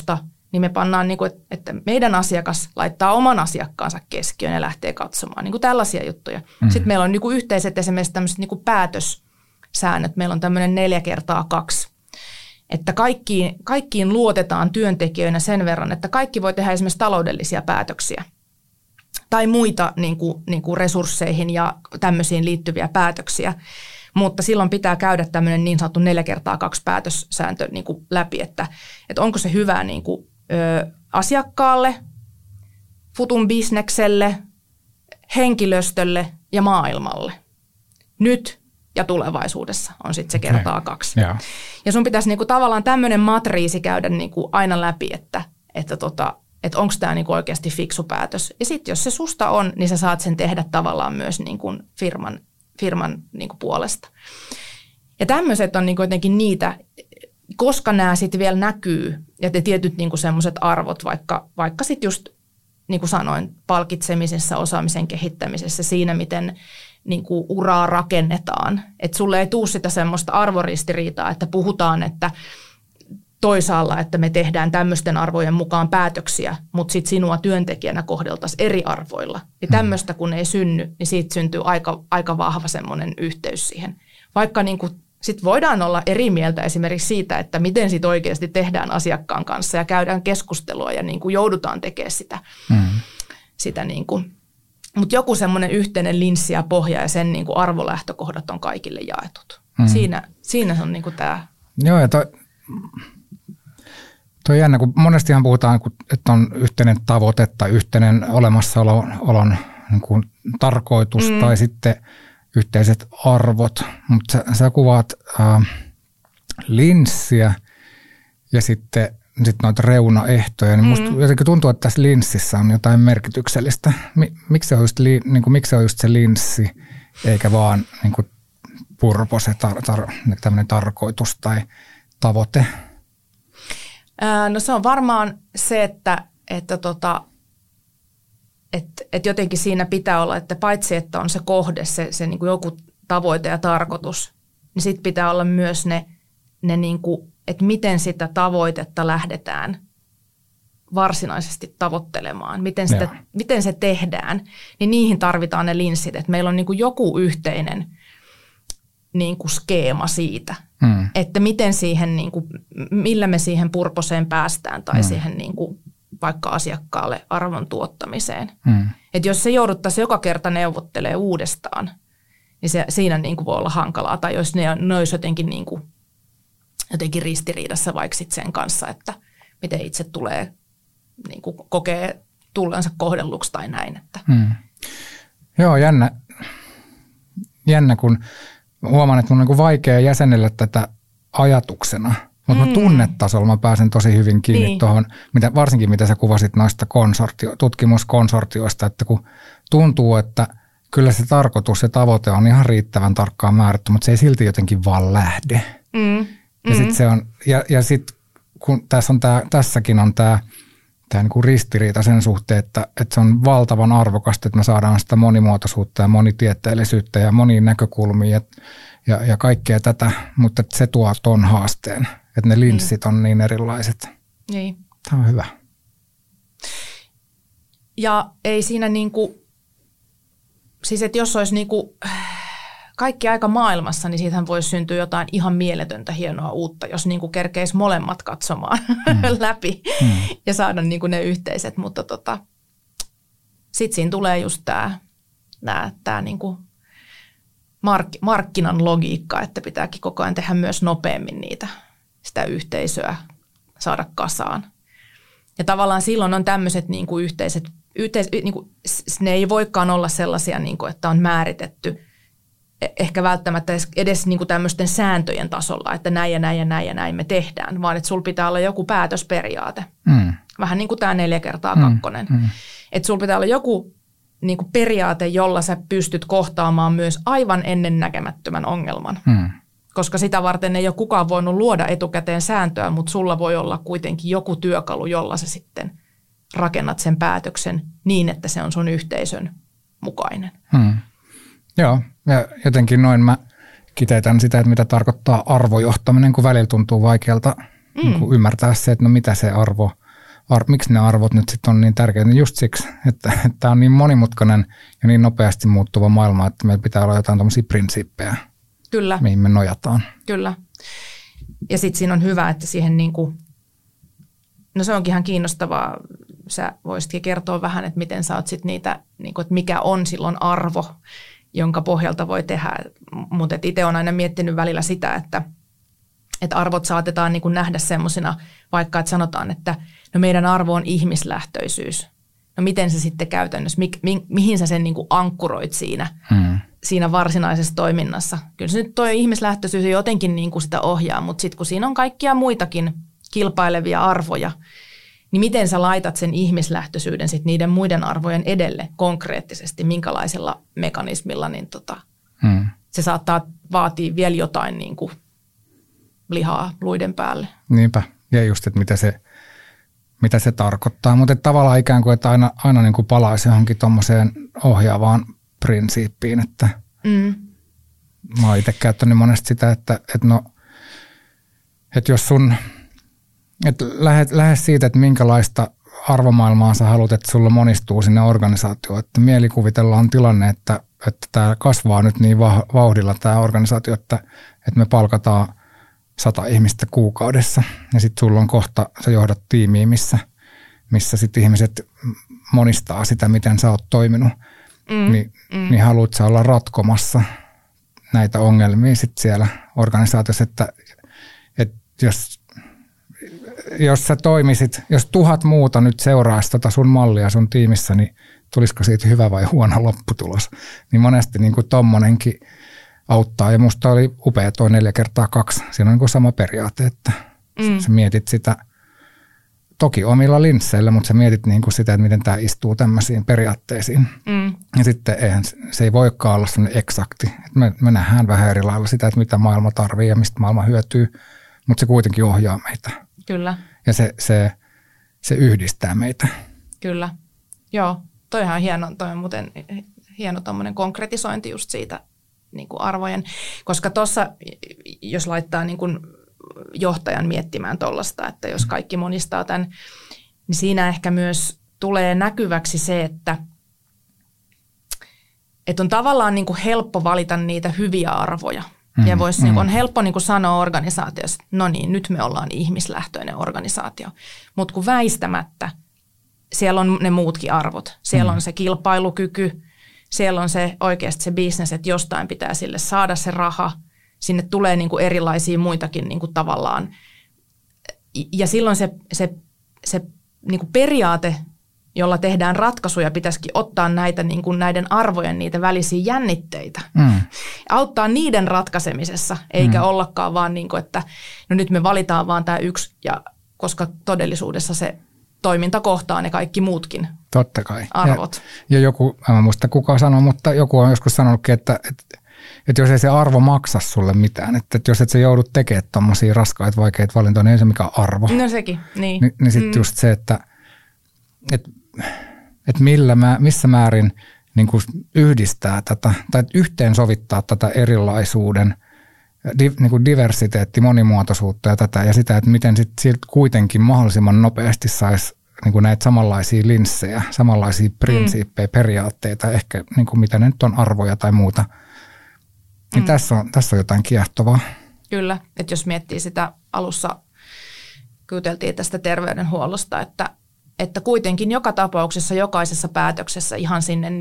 niin me pannaan, niin kuin, että meidän asiakas laittaa oman asiakkaansa keskiöön ja lähtee katsomaan. Niin kuin tällaisia juttuja. Sitten meillä on niin kuin yhteiset esimerkiksi tämmöiset niin kuin päätössäännöt. Meillä on tämmöinen 4x2. Että kaikkiin luotetaan työntekijöinä sen verran, että kaikki voi tehdä esimerkiksi taloudellisia päätöksiä tai muita niin kuin resursseihin ja tämmöisiin liittyviä päätöksiä. Mutta silloin pitää käydä tämmöinen niin sanottu 4x2 päätössääntö niin kuin läpi, että onko se hyvää niin kuin, asiakkaalle, futun bisnekselle, henkilöstölle ja maailmalle. Nyt ja tulevaisuudessa on sitten se kertaa 2. Yeah. Ja sun pitäisi niinku tavallaan tämmöinen matriisi käydä niinku aina läpi, että onko tämä niinku oikeasti fiksu päätös. Ja sitten jos se susta on, niin sä saat sen tehdä tavallaan myös niinku firman niinku puolesta. Ja tämmöiset on niinku jotenkin niitä, koska nämä sitten vielä näkyy ja te tietyt niinku semmoiset arvot, vaikka sitten just niin kuin sanoin, palkitsemisessa, osaamisen kehittämisessä, siinä miten niin kuin uraa rakennetaan. Että sulle ei tule sitä semmoista arvoristiriitaa, että puhutaan, että toisaalla, että me tehdään tämmöisten arvojen mukaan päätöksiä, mutta sitten sinua työntekijänä kohdeltaisiin eri arvoilla. Niin tämmöistä kun ei synny, niin siitä syntyy aika vahva semmoinen yhteys siihen. Vaikka niin kuin sitten voidaan olla eri mieltä esimerkiksi siitä, että miten sit oikeasti tehdään asiakkaan kanssa ja käydään keskustelua ja niin kuin joudutaan tekemään sitä niin kuin. Mutta joku semmoinen yhteinen linssi ja pohja ja sen niin kuin arvolähtökohdat on kaikille jaetut. Siinä on niin kuin tämä. Joo, ja toi jännä, kun monestihan puhutaan, että on yhteinen tavoite tai yhteinen olemassaolon niin kuin tarkoitus tai sitten yhteiset arvot, mutta sä kuvaat linssiä ja sitten noita reunaehtoja, niin musta jotenkin tuntuu, että tässä linssissä on jotain merkityksellistä. Miksi se on just se linssi, eikä vaan niin kuin purpose, tämmöinen tarkoitus tai tavoite? No se on varmaan se, että jotenkin siinä pitää olla, että paitsi että on se kohde, se niin kuin joku tavoite ja tarkoitus, niin sitten pitää olla myös ne niin kuin, että miten sitä tavoitetta lähdetään varsinaisesti tavoittelemaan, miten se tehdään, niin niihin tarvitaan ne linssit, että meillä on niin kuin joku yhteinen niin kuin skeema siitä, että miten siihen, niin kuin, millä me siihen purposeen päästään tai siihen niin kuin vaikka asiakkaalle arvon tuottamiseen. Että jos se jouduttaisiin joka kerta neuvottelemaan uudestaan, niin siinä niin kuin voi olla hankalaa. Tai jos ne olisi jotenkin ristiriidassa vaikka sit sen kanssa, että miten itse tulee, niin kuin kokee tullensa kohdelluksi tai näin. Että. Joo, jännä, kun huomaan, että on niin kuin vaikea jäsenellä tätä ajatuksena. Mutta tunnetasolla mä pääsen tosi hyvin kiinni tuohon, varsinkin mitä sä kuvasit noista tutkimuskonsortioista, että kun tuntuu, että kyllä se tarkoitus ja tavoite on ihan riittävän tarkkaan määrätty, mutta se ei silti jotenkin vaan lähde. Ja sitten se on, ja sitten kun tässäkin on tämä niinku ristiriita sen suhteen, että se on valtavan arvokasta, että me saadaan sitä monimuotoisuutta ja monitieteellisyyttä ja monia näkökulmia ja kaikkea tätä, mutta se tuo ton haasteen. Että ne linssit on niin erilaiset. Niin. Tämä on hyvä. Ja ei siinä niinku, siis että jos olisi niinku kaikki aika maailmassa, niin siitähän voisi syntyä jotain ihan mieletöntä hienoa uutta, jos niinku kerkeisi molemmat katsomaan läpi ja saada niinku ne yhteiset. Mutta sitten siinä tulee just tämä niinku markkinan logiikka, että pitääkin koko ajan tehdä myös nopeammin sitä yhteisöä saada kasaan. Ja tavallaan silloin on tämmöiset niin kuin yhteiset niin kuin, ne ei voikaan olla sellaisia, niin kuin, että on määritetty ehkä välttämättä edes niin kuin tämmöisten sääntöjen tasolla, että näin ja näin ja näin ja näin me tehdään, vaan että sulla pitää olla joku päätösperiaate. Vähän niin kuin tämä 4x2. Että sulla pitää olla joku niin kuin periaate, jolla sä pystyt kohtaamaan myös aivan ennennäkemättömän ongelman. Koska sitä varten ei ole kukaan voinut luoda etukäteen sääntöä, mutta sulla voi olla kuitenkin joku työkalu, jolla sä sitten rakennat sen päätöksen niin, että se on sun yhteisön mukainen. Joo, ja jotenkin noin mä kiteytän sitä, että mitä tarkoittaa arvojohtaminen, kun välillä tuntuu vaikealta niin ymmärtää se, että no mitä se miksi ne arvot nyt sitten on niin tärkeitä, niin just siksi, että tämä on niin monimutkainen ja niin nopeasti muuttuva maailma, että meillä pitää olla jotain tämmöisiä prinsiippejä, Kyllä. mihin me nojataan. Kyllä. Ja sitten siinä on hyvä, että siihen niinku, no se onkin ihan kiinnostavaa, sä voisitkin kertoa vähän, että miten sä oot sit niitä, niinku, että mikä on silloin arvo, jonka pohjalta voi tehdä, mutta itse olen aina miettinyt välillä sitä, että arvot saatetaan niin kuin nähdä semmoisina, vaikka että sanotaan, että no meidän arvo on ihmislähtöisyys. No miten se sitten käytännössä, mihin sä sen niin kuin ankkuroit siinä varsinaisessa toiminnassa? Kyllä se nyt toi ihmislähtöisyys jotenkin niin kuin sitä ohjaa, mutta sitten kun siinä on kaikkia muitakin kilpailevia arvoja, niin miten sä laitat sen ihmislähtöisyyden sitten niiden muiden arvojen edelle konkreettisesti, minkälaisella mekanismilla, niin se saattaa vaatia vielä jotain niin kuin lihaa luiden päälle. Niinpä, ja just, että mitä se tarkoittaa, mutta tavallaan ikään kuin, että aina niin kuin palaisi johonkin tuommoiseen ohjaavaan prinsiippiin, että mä oon itse käyttänyt monesti sitä, että jos sun, että lähde siitä, että minkälaista arvomaailmaa sä haluat, että sulla monistuu sinne organisaatioon, että mielikuvitellaan tilanne, että tämä kasvaa nyt niin vauhdilla tämä organisaatio, että me palkataan 100 ihmistä kuukaudessa ja sitten sulla on kohta, sä johdat tiimiä, missä sitten ihmiset monistaa sitä, miten sä oot toiminut, niin haluat sä olla ratkomassa näitä ongelmia sitten siellä organisaatiossa, että jos sä toimisit, jos 1000 muuta nyt seuraisi sun mallia sun tiimissä, niin tulisiko siitä hyvä vai huono lopputulos? Niin monesti niin kuin tommonenkin auttaa. Ja musta oli upea toi 4x2. Siinä on niin kuin sama periaate, että sä mietit sitä toki omilla linsseillä, mutta sä mietit niin kuin sitä, että miten tämä istuu tämmöisiin periaatteisiin. Ja sitten se ei voikaan olla sellainen eksakti. Me nähdään vähän eri lailla sitä, että mitä maailma tarvii ja mistä maailma hyötyy, mutta se kuitenkin ohjaa meitä. Kyllä. Ja se yhdistää meitä. Kyllä. Joo, toihan on hieno, toi on muuten hieno tommoinen konkretisointi just siitä niin kuin arvojen, koska tuossa, jos laittaa niin kuin johtajan miettimään tuollaista, että jos kaikki monistaa tämän, niin siinä ehkä myös tulee näkyväksi se, että on tavallaan niin kuin helppo valita niitä hyviä arvoja. Ja on helppo niin kuin sanoa organisaatiossa, no niin, nyt me ollaan ihmislähtöinen organisaatio. Mutta kun väistämättä, siellä on ne muutkin arvot. Siellä on se kilpailukyky, siellä on se oikeasti se business, että jostain pitää sille saada se raha. Sinne tulee niin kuin erilaisia muitakin niin kuin tavallaan. Ja silloin se niin kuin periaate, jolla tehdään ratkaisuja, pitäisikin ottaa näitä niin kuin näiden arvojen niitä välisiä jännitteitä. Auttaa niiden ratkaisemisessa, eikä ollakaan vaan niin kuin, että no nyt me valitaan vaan tämä yksi, koska todellisuudessa se toiminta kohtaa ne kaikki muutkin totta kai arvot. Ja joku, en muista kuka sanoi, mutta joku on joskus sanonutkin, että jos ei se arvo maksa sulle mitään, että jos et sä joudut tekemään tommosia raskaita, vaikeita valintoja, niin ei se mikään arvo. No sekin, niin. Niin sitten just se, että missä määrin niin kuin yhdistää tätä tai yhteensovittaa tätä erilaisuuden, niin kuin diversiteetti, monimuotoisuutta ja tätä ja sitä, että miten sitten kuitenkin mahdollisimman nopeasti saisi niin kuin näitä samanlaisia linssejä, samanlaisia prinsiippejä, periaatteita, ehkä niin kuin mitä ne nyt on, arvoja tai muuta. Niin tässä on jotain kiehtovaa. Kyllä, että jos miettii sitä alussa, kuuteltiin tästä terveydenhuollosta, että kuitenkin joka tapauksessa, jokaisessa päätöksessä ihan sinne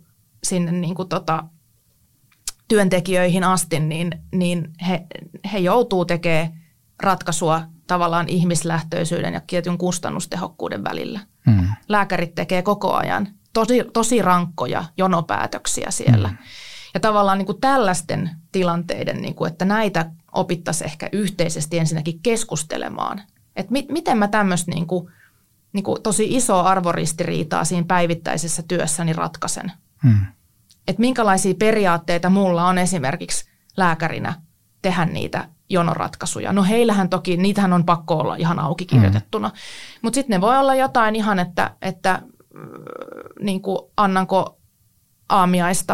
työntekijöihin asti, niin he joutuu tekemään ratkaisua tavallaan ihmislähtöisyyden ja tietyn kustannustehokkuuden välillä. Lääkärit tekee koko ajan tosi rankkoja jonopäätöksiä siellä. Ja tavallaan niin kuin tällaisten tilanteiden, niin kuin, että näitä opittaisiin ehkä yhteisesti ensinnäkin keskustelemaan. Että miten mä tämmöistä niin kuin tosi isoa arvoristiriitaa siinä päivittäisessä työssäni ratkaisen. Että minkälaisia periaatteita mulla on esimerkiksi lääkärinä tehdä niitä jonoratkaisuja. No heillähän toki, niitähän on pakko olla ihan auki kirjoitettuna. Mutta sitten ne voi olla jotain ihan, että niin kuin annanko aamiaista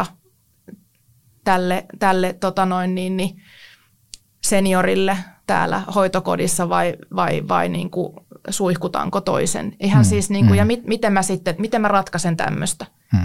tälle seniorille täällä hoitokodissa vai niin kuin suihkutanko toisen. Ihan siis ja miten mä ratkaisen tämmöistä.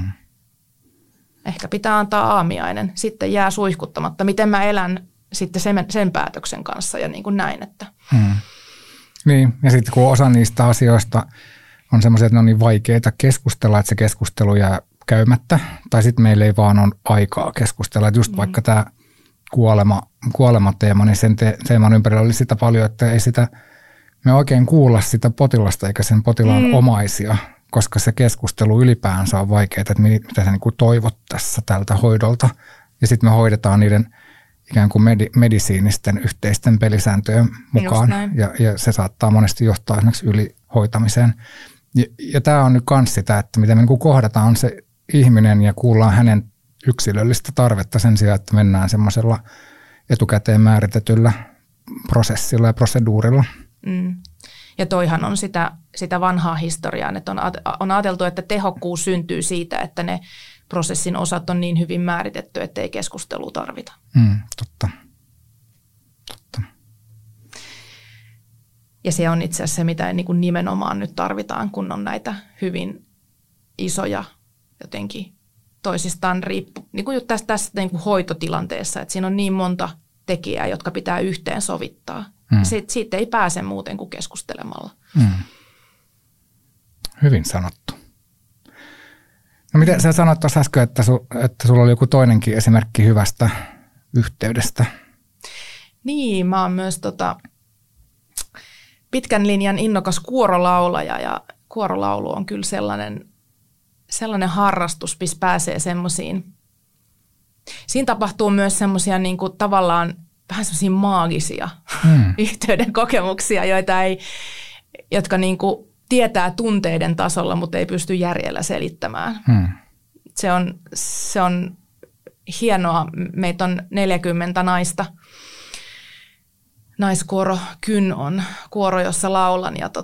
Ehkä pitää antaa aamiainen, sitten jää suihkuttamatta. Miten mä elän sitten sen päätöksen kanssa ja niin kuin näin. Että. Niin, ja sitten kun osa niistä asioista on semmoisia, että ne on niin vaikeita keskustella, että se keskustelu jää käymättä, tai sitten meillä ei vaan ole aikaa keskustella. Että just vaikka tämä kuolemateema, niin sen teeman ympärillä oli sitä paljon, että ei sitä, me oikein kuulla sitä potilasta eikä sen potilaan omaisia, koska se keskustelu ylipäänsä on vaikeaa, että mitä sä niin kuin toivot tässä tältä hoidolta. Ja sitten me hoidetaan niiden ikään kuin medisiinisten yhteisten pelisääntöjen mukaan. Ja se saattaa monesti johtaa esimerkiksi ylihoitamiseen. Ja tämä on nyt myös sitä, että miten me niin kuin kohdataan se ihminen ja kuullaan hänen yksilöllistä tarvetta sen sijaan, että mennään semmoisella etukäteen määritetyllä prosessilla ja proseduurilla. Ja toihan on sitä vanhaa historiaa, että on ajateltu, että tehokkuus syntyy siitä, että ne prosessin osat on niin hyvin määritetty, että ei keskustelua tarvita. Totta. Ja se on itse asiassa se, mitä niin kuin nimenomaan nyt tarvitaan, kun on näitä hyvin isoja jotenkin toisistaan niin kuin tässä niin kuin hoitotilanteessa, että siinä on niin monta tekijää, jotka pitää yhteen sovittaa. Siitä ei pääse muuten kuin keskustelemalla. Hyvin sanottu. No miten sä sanoit tuossa äsken, että sulla oli joku toinenkin esimerkki hyvästä yhteydestä? Niin, mä oon myös pitkän linjan innokas kuorolaulaja ja kuorolaulu on kyllä sellainen harrastus, missä pääsee semmoisiin. Siinä tapahtuu myös semmoisia niin kuin tavallaan vähän semmoisia maagisia yhteyden kokemuksia, jotka niin kuin tietää tunteiden tasolla, mutta ei pysty järjellä selittämään. Se on hienoa. Meitä on 40 naista. Naiskuoro Kyn on kuoro, jossa laulan ja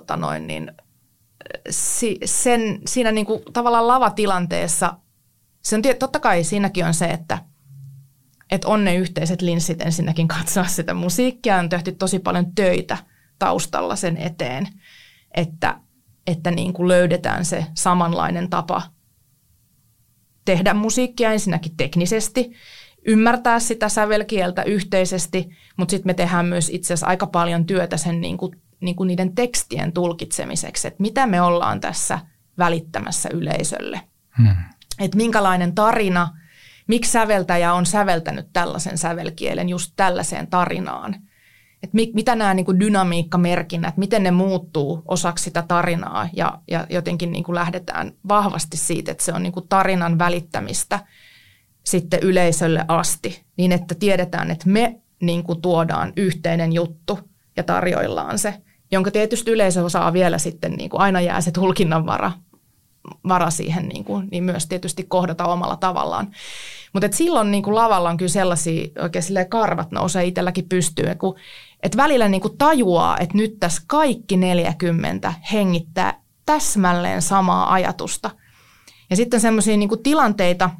siinä niin kuin tavallaan lavatilanteessa, totta kai siinäkin on se, että on ne yhteiset linssit ensinnäkin katsoa sitä musiikkia. On tehty tosi paljon töitä taustalla sen eteen, että niin kuin löydetään se samanlainen tapa tehdä musiikkia ensinnäkin teknisesti, ymmärtää sitä sävelkieltä yhteisesti, mutta sitten me tehdään myös itse asiassa aika paljon työtä sen niin kuin niiden tekstien tulkitsemiseksi, että mitä me ollaan tässä välittämässä yleisölle. Että minkälainen tarina, miksi säveltäjä on säveltänyt tällaisen sävelkielen just tällaiseen tarinaan. Että mitä nämä niin kuin dynamiikkamerkinnät, miten ne muuttuu osaksi sitä tarinaa ja jotenkin niin kuin lähdetään vahvasti siitä, että se on niin kuin tarinan välittämistä sitten yleisölle asti, niin että tiedetään, että me niin kuin tuodaan yhteinen juttu ja tarjoillaan se, jonka tietysti yleisö osaa vielä sitten, niin kuin aina jää se tulkinnan vara siihen, niin myös tietysti kohdata omalla tavallaan. Mutta silloin niin kuin lavalla on kyllä sellaisia, oikein silleen karvat nousee itselläkin pystyyn, että välillä niin kuin tajuaa, että nyt tässä kaikki 40 hengittää täsmälleen samaa ajatusta. Ja sitten semmoisia niin kuin tilanteita,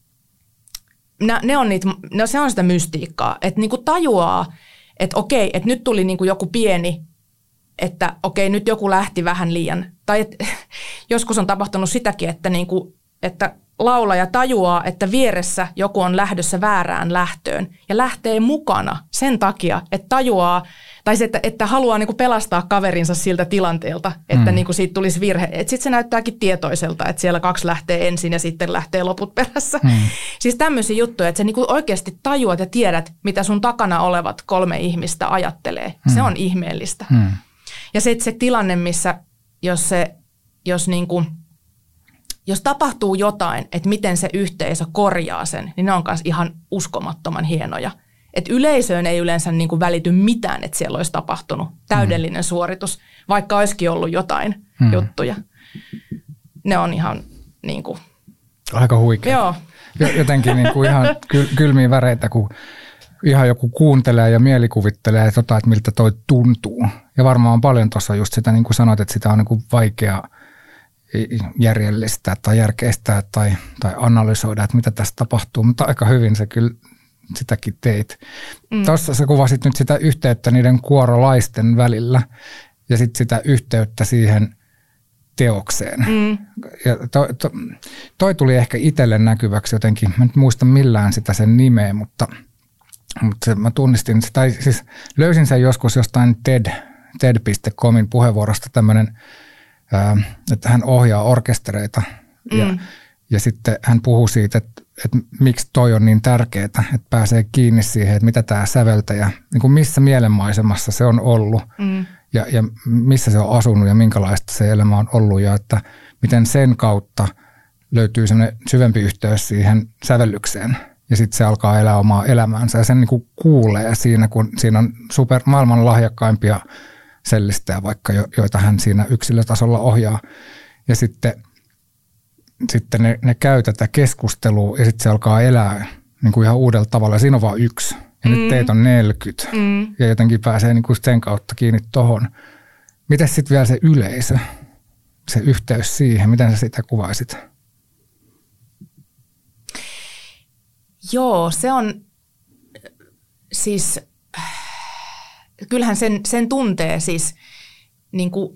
se on sitä mystiikkaa, että niin kuin tajuaa, että okei, että nyt tuli niin kuin joku pieni, että okei, nyt joku lähti vähän liian. Tai joskus on tapahtunut sitäkin, että, niin kuin, että laulaja tajuaa, että vieressä joku on lähdössä väärään lähtöön ja lähtee mukana sen takia, että tajuaa, tai se, että haluaa niin kuin pelastaa kaverinsa siltä tilanteelta, että niin kuin siitä tulisi virhe. Sitten se näyttääkin tietoiselta, että siellä 2 lähtee ensin ja sitten lähtee loput perässä. Siis tämmöisiä juttuja, että sä niin kuin oikeasti tajuat ja tiedät, mitä sun takana olevat 3 ihmistä ajattelee. Se on ihmeellistä. Ja sitten se tilanne, missä jos tapahtuu jotain, että miten se yhteisö korjaa sen, niin ne on myös ihan uskomattoman hienoja. Että yleisöön ei yleensä niin kuin välity mitään, että siellä olisi tapahtunut täydellinen suoritus, vaikka olisikin ollut jotain juttuja. Ne on ihan niin kuin... Aika huikea. Joo. Jotenkin niin kuin ihan kylmiä väreitä, kun ihan joku kuuntelee ja mielikuvittelee, että miltä toi tuntuu. Ja varmaan on paljon tuossa just sitä, niin kuin sanoit, että sitä on niin kuin vaikea järjellistää tai järkeistää tai analysoida, että mitä tässä tapahtuu. Mutta aika hyvin se kyllä sitäkin teit. Tuossa sä kuvasit nyt sitä yhteyttä niiden kuorolaisten välillä. ja sitten sitä yhteyttä siihen teokseen. Ja toi tuli ehkä itselle näkyväksi jotenkin. Mä en nyt muista millään sitä sen nimeä, mutta mä tunnistin sitä, siis löysin sen joskus jostain TED.comin puheenvuorosta tämmöinen, että hän ohjaa orkestereita ja sitten hän puhuu siitä, että miksi toi on niin tärkeää, että pääsee kiinni siihen, että mitä tämä säveltäjä, niin kuin missä mielenmaisemassa se on ollut ja missä se on asunut ja minkälaista se elämä on ollut ja että miten sen kautta löytyy semmoinen syvempi yhteys siihen sävellykseen. Ja sitten se alkaa elää omaa elämäänsä ja sen niin kuin kuulee siinä, kun siinä on maailman lahjakkaimpia sellistejä vaikka, joita hän siinä yksilötasolla ohjaa. Ja sitten ne käy tätä keskustelua ja sitten se alkaa elää niin kuin ihan uudella tavalla. Ja siinä on vaan yksi ja nyt teitä on 40 ja jotenkin pääsee niin kuin sen kautta kiinni tohon. Miten sitten vielä se yleisö, se yhteys siihen, miten sä sitä kuvaisit? Joo, se on siis, kyllähän sen tuntee siis niin kuin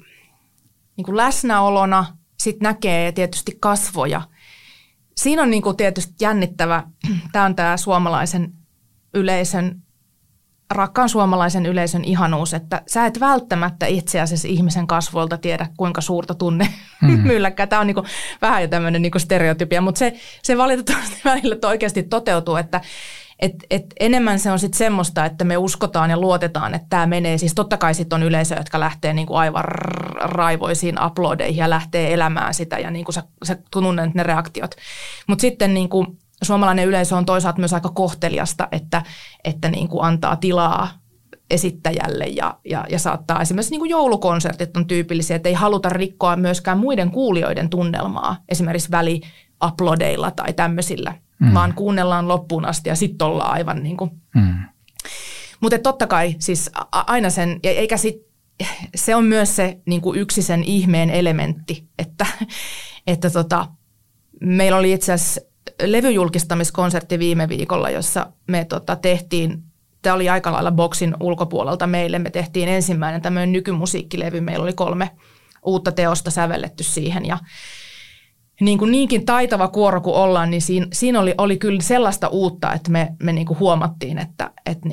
läsnäolona, sitten näkee tietysti kasvoja. Siinä on niin kuin tietysti jännittävä, tämä on tämä suomalaisen yleisön, rakkaan suomalaisen yleisön ihanuus, että sä et välttämättä itse asiassa ihmisen kasvoilta tiedä, kuinka suurta tunne mylläkkää. Tämä on niin kuin vähän jo tämmöinen niin kuin stereotypia, mutta se valitettavasti välillä oikeasti toteutuu, että enemmän se on sitten semmoista, että me uskotaan ja luotetaan, että tämä menee. Siis totta kai sitten on yleisö, jotka lähtee niin kuin aivan raivoisiin uploadeihin ja lähtee elämään sitä ja niin kuin sä tunnet ne reaktiot. Mutta sitten niin kuin suomalainen yleisö on toisaalta myös aika kohteliasta, että niin kuin antaa tilaa esittäjälle ja saattaa esimerkiksi niin kuin joulukonsertit on tyypillisiä, että ei haluta rikkoa myöskään muiden kuulijoiden tunnelmaa esimerkiksi väliuploadeilla tai tämmöisillä, vaan kuunnellaan loppuun asti ja sitten ollaan aivan niin kuin. Mutta totta kai siis aina sen, eikä se on myös se niin kuin yksi sen ihmeen elementti, että meillä oli itse asiassa levyjulkistamiskonsertti viime viikolla, jossa me tehtiin, tämä oli aika lailla boksin ulkopuolelta meille, me tehtiin ensimmäinen tämmöinen nykymusiikkilevy, meillä oli 3 uutta teosta sävelletty siihen ja niinkin taitava kuoro kuin ollaan, niin siinä oli kyllä sellaista uutta, että me niin kuin huomattiin, että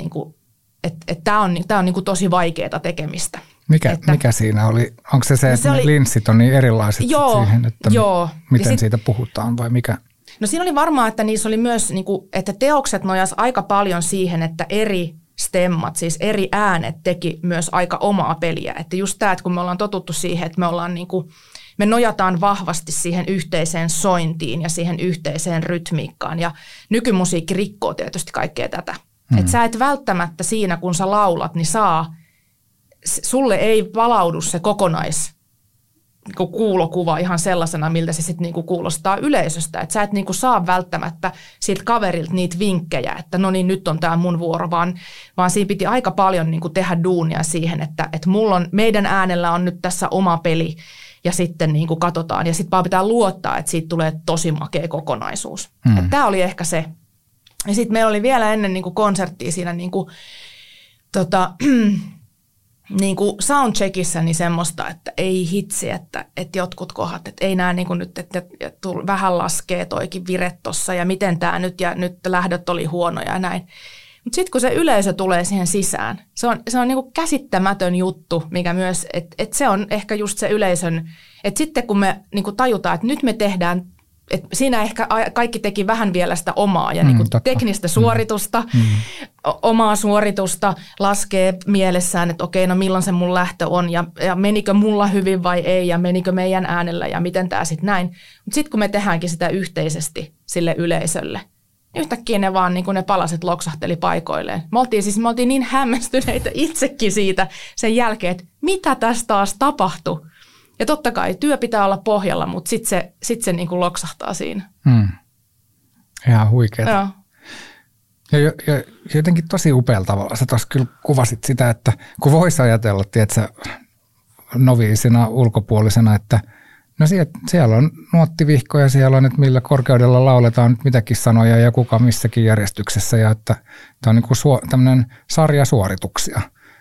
tämä on niin kuin tosi vaikeaa tekemistä. Mikä siinä oli? Onko se, että ne linssit on niin erilaiset siihen, että miten siitä puhutaan vai mikä? No siinä oli varmaan, että niissä oli myös, niin kuin, että teokset nojas aika paljon siihen, että eri stemmat, siis eri äänet teki myös aika omaa peliä. Että just tämä, että kun me ollaan totuttu siihen, että me nojataan vahvasti siihen yhteiseen sointiin ja siihen yhteiseen rytmiikkaan. Ja nykymusiikki rikkoo tietysti kaikkea tätä. Että sä et välttämättä siinä, kun sä laulat, niin sulle ei palaudu se kuulokuva ihan sellaisena, miltä se sitten niinku kuulostaa yleisöstä. Että sä et niinku saa välttämättä siltä kaverilta niitä vinkkejä, että no niin, nyt on tämä mun vuoro, vaan siinä piti aika paljon niinku tehdä duunia siihen, että meidän äänellä on nyt tässä oma peli ja sitten niinku katsotaan. Ja sitten vaan pitää luottaa, että siitä tulee tosi makea kokonaisuus. Tämä oli ehkä se. Ja sitten meillä oli vielä ennen niinku konserttia siinä niin kuin soundcheckissä niin semmoista, että ei hitsi, että jotkut kohdat, että ei näe niin kuin nyt, että vähän laskee toikin vire tossa ja miten tämä nyt ja nyt lähdöt oli huonoja ja näin. Mutta sitten kun se yleisö tulee siihen sisään, se on niin kuin käsittämätön juttu, mikä myös, että se on ehkä just se yleisön, että sitten kun me niin kuin tajutaan, että nyt me tehdään, että siinä ehkä kaikki teki vähän vielä sitä omaa ja niin kuin teknistä suoritusta, omaa suoritusta, laskee mielessään, että okei, no milloin se mun lähtö on ja menikö mulla hyvin vai ei ja menikö meidän äänellä ja miten tämä sitten näin. Mutta sitten kun me tehdäänkin sitä yhteisesti sille yleisölle, niin yhtäkkiä ne vaan niin kuin ne palaset loksahteli paikoilleen. Me oltiin niin hämmästyneitä itsekin siitä sen jälkeen, että mitä tässä taas tapahtui. Ja totta kai työ pitää olla pohjalla, mutta sitten se niin kuin loksahtaa siinä. Ihan huikeeta. Ja jotenkin tosi upealla tavalla. Sä tuossa kyllä kuvasit sitä, että kun voisi ajatella, tiedätkö, noviisina, ulkopuolisena, että no siellä on nuottivihkoja, siellä on, että millä korkeudella lauletaan nyt mitäkin sanoja ja kuka missäkin järjestyksessä. Ja että tämä on niin kuin tämmöinen sarja suorituksia.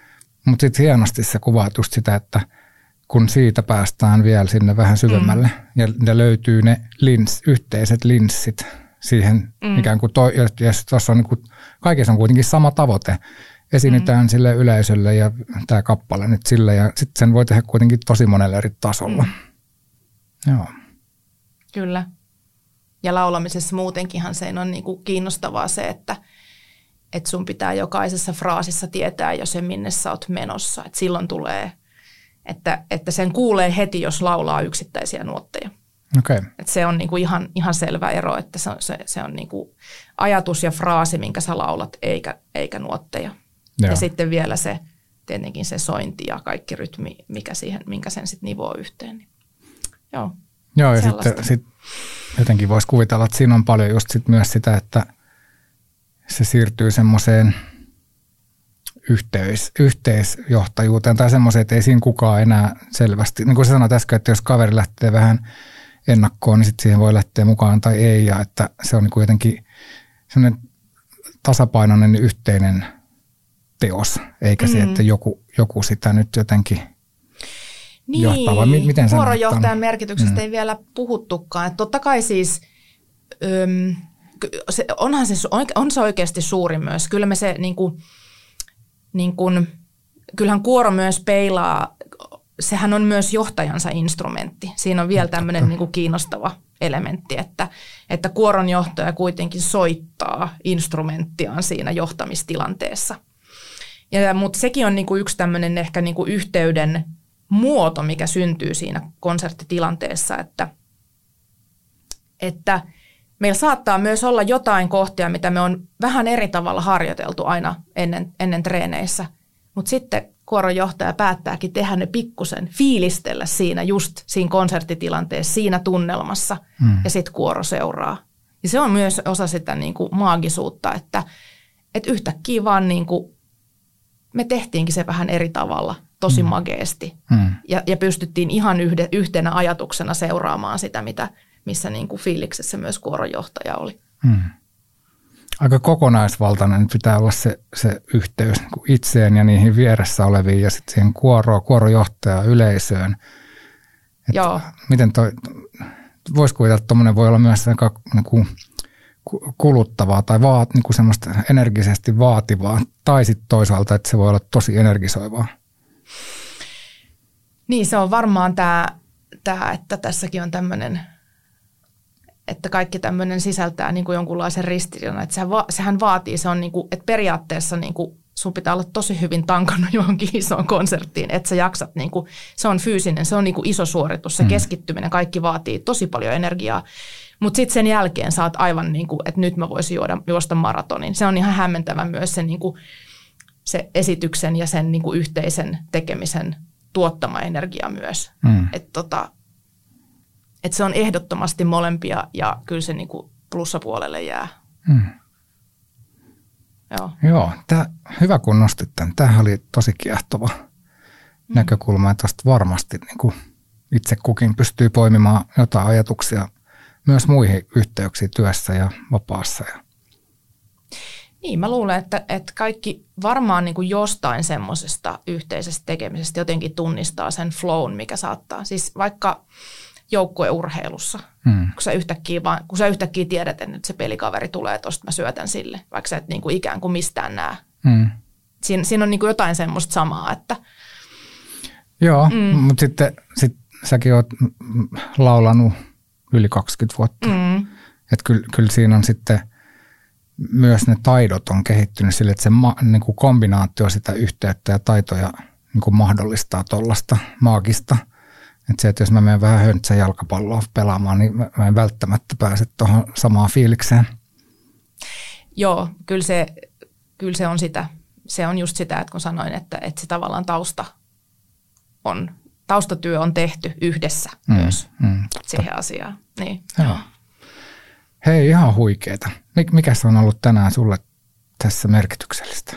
Mutta sitten hienosti sä kuvaat just sitä, että kun siitä päästään vielä sinne vähän syvemmälle ja löytyy ne yhteiset linssit siihen ikään kuin tuossa on niin kuin, kaikessa on kuitenkin sama tavoite. Esiinnytään sille yleisölle ja tämä kappale nyt sille ja sitten sen voi tehdä kuitenkin tosi monella eri tasolla. Joo. Kyllä. Ja laulamisessa muutenkinhan se on niin kuin kiinnostavaa se, että sun pitää jokaisessa fraasissa tietää jo se, minne sä oot menossa. Et silloin tulee, että sen kuulee heti, jos laulaa yksittäisiä nuotteja. Okay. Et se on niinku ihan selvä ero, että se on niinku ajatus ja fraasi, minkä sä laulat, eikä nuotteja. Joo. Ja sitten vielä se, tietenkin se sointi ja kaikki rytmi, minkä sen sitten nivoo yhteen. Niin. Joo, ja sitten jotenkin voisi kuvitella, että siinä on paljon just sit myös sitä, että se siirtyy semmoiseen yhteisjohtajuuteen tai semmoiseen, että ei siinä kukaan enää selvästi. Niin kuin sä sanoit äsken, että jos kaveri lähtee vähän ennakkoon, niin sitten siihen voi lähteä mukaan tai ei. Ja että se on niin kuin jotenkin semmoinen tasapainoinen yhteinen teos, eikä se, että joku sitä nyt jotenkin johtaa. Vai miten vuorojohtajan merkityksestä ei vielä puhuttukaan. Että totta kai siis on se oikeasti suuri myös. Kyllä me se kyllähän kuoro myös peilaa, sehän on myös johtajansa instrumentti. Siinä on vielä tämmöinen niin kuin kiinnostava elementti, että kuoron johtaja kuitenkin soittaa instrumenttiaan siinä johtamistilanteessa. Mutta sekin on niin kuin yksi tämmöinen ehkä niin kuin yhteyden muoto, mikä syntyy siinä konserttitilanteessa, että meillä saattaa myös olla jotain kohtia, mitä me on vähän eri tavalla harjoiteltu aina ennen treeneissä, mutta sitten kuoronjohtaja päättääkin tehdä ne pikkusen, fiilistellä siinä just siinä konserttitilanteessa, siinä tunnelmassa ja sitten kuoro seuraa. Ja se on myös osa sitä niin kuin maagisuutta, että yhtäkkiä vaan niin kuin me tehtiinkin se vähän eri tavalla, tosi mageesti ja pystyttiin ihan yhtenä ajatuksena seuraamaan sitä, missä niin kuin fiiliksessä myös kuoronjohtaja oli. Aika kokonaisvaltainen pitää olla se yhteys niin kuin itseen ja niihin vieressä oleviin ja sitten siihen kuorojohtajaan, yleisöön. Joo. Miten voisi kuvitella, että tuommoinen voi olla myös aika niin kuin kuluttavaa tai niin kuin semmoista energisesti vaativaa tai sitten toisaalta, että se voi olla tosi energisoivaa. Niin, se on varmaan tämä että tässäkin on tämmöinen, että kaikki tämmöinen sisältää niin kuin jonkunlaisen ristiriidan, että sehän vaatii, se on niin kuin, että periaatteessa niin kuin sun pitää olla tosi hyvin tankannut johonkin isoon konserttiin, että sä jaksat, niin kuin, se on fyysinen, se on niin kuin iso suoritus, se keskittyminen, kaikki vaatii tosi paljon energiaa, mutta sitten sen jälkeen sä oot aivan niin kuin, että nyt mä voisin juosta maratonin. Se on ihan hämmentävä myös se, niin kuin, se esityksen ja sen niin kuin yhteisen tekemisen tuottama energia myös, että se on ehdottomasti molempia ja kyllä se niinku plussapuolelle jää. Joo, hyvä kun nostit tämän. Tämähän oli tosi kiehtova näkökulma ja tuosta varmasti niinku itse kukin pystyy poimimaan jotain ajatuksia myös muihin yhteyksiin työssä ja vapaassa. Niin, mä luulen, että kaikki varmaan niin kuin jostain semmoisesta yhteisestä tekemisestä jotenkin tunnistaa sen flown, mikä saattaa. Siis vaikka joukkueurheilussa, kun sä yhtäkkiä tiedät, että nyt se pelikaveri tulee tosta, mä syötän sille, vaikka sä et niin kuin ikään kuin mistään näe. Siinä on niin kuin jotain semmoista samaa, että... Joo, mutta sitten säkin oot laulanut yli 20 vuotta. Että kyllä siinä on sitten myös ne taidot on kehittynyt sille, että se niin kuin kombinaatio sitä yhteyttä ja taitoja niin kuin mahdollistaa tuollaista maagista. Että se, että jos mä menen vähän höntsän jalkapalloa pelaamaan, niin mä en välttämättä pääse tuohon samaan fiilikseen. Joo, kyllä se on sitä. Se on just sitä, että kun sanoin, että se tavallaan taustatyö on tehty yhdessä myös siihen asiaan. Niin. Joo. Hei, ihan huikeeta. Mikä se on ollut tänään sulle tässä merkityksellistä?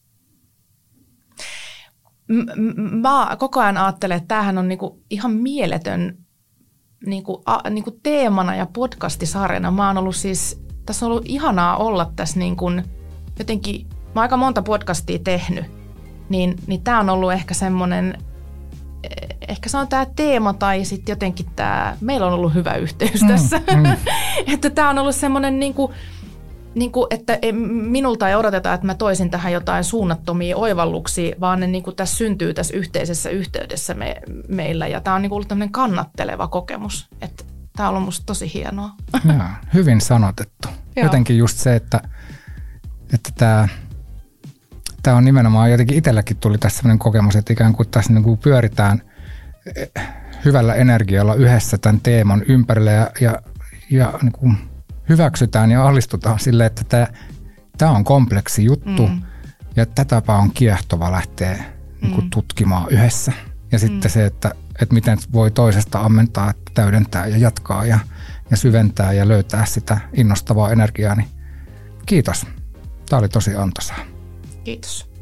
Mä koko ajan ajattelen, että tämähän on niinku ihan mieletön niinku teemana ja podcastisarjana. Mä oon ollut siis, tässä on ollut ihanaa olla tässä niinku, jotenkin, mä oon aika monta podcastia tehnyt niin tämä on ollut ehkä semmoinen, ehkä se on tämä teema tai sitten jotenkin tämä, meillä on ollut hyvä yhteys tässä, että tämä on ollut semmoinen että minulta ei odoteta, että mä toisin tähän jotain suunnattomia oivalluksia, vaan ne tässä syntyy tässä yhteisessä yhteydessä meillä ja tämä on ollut tämmöinen kannatteleva kokemus, että tämä on ollut musta tosi hienoa. Ja, hyvin sanotettu. Jotenkin just se, että tämä on nimenomaan, jotenkin itselläkin tuli tässä sellainen kokemus, että ikään kuin tässä niin kuin pyöritään hyvällä energialla yhdessä tämän teeman ympärille ja niin kuin hyväksytään ja alistutaan sille, että tämä on kompleksi juttu ja tätäpä on kiehtova lähteä niin kuin tutkimaan yhdessä. Ja sitten se, että miten voi toisesta ammentaa, että täydentää ja jatkaa ja syventää ja löytää sitä innostavaa energiaa, niin kiitos. Tämä oli tosi antoisaa. Kiitos.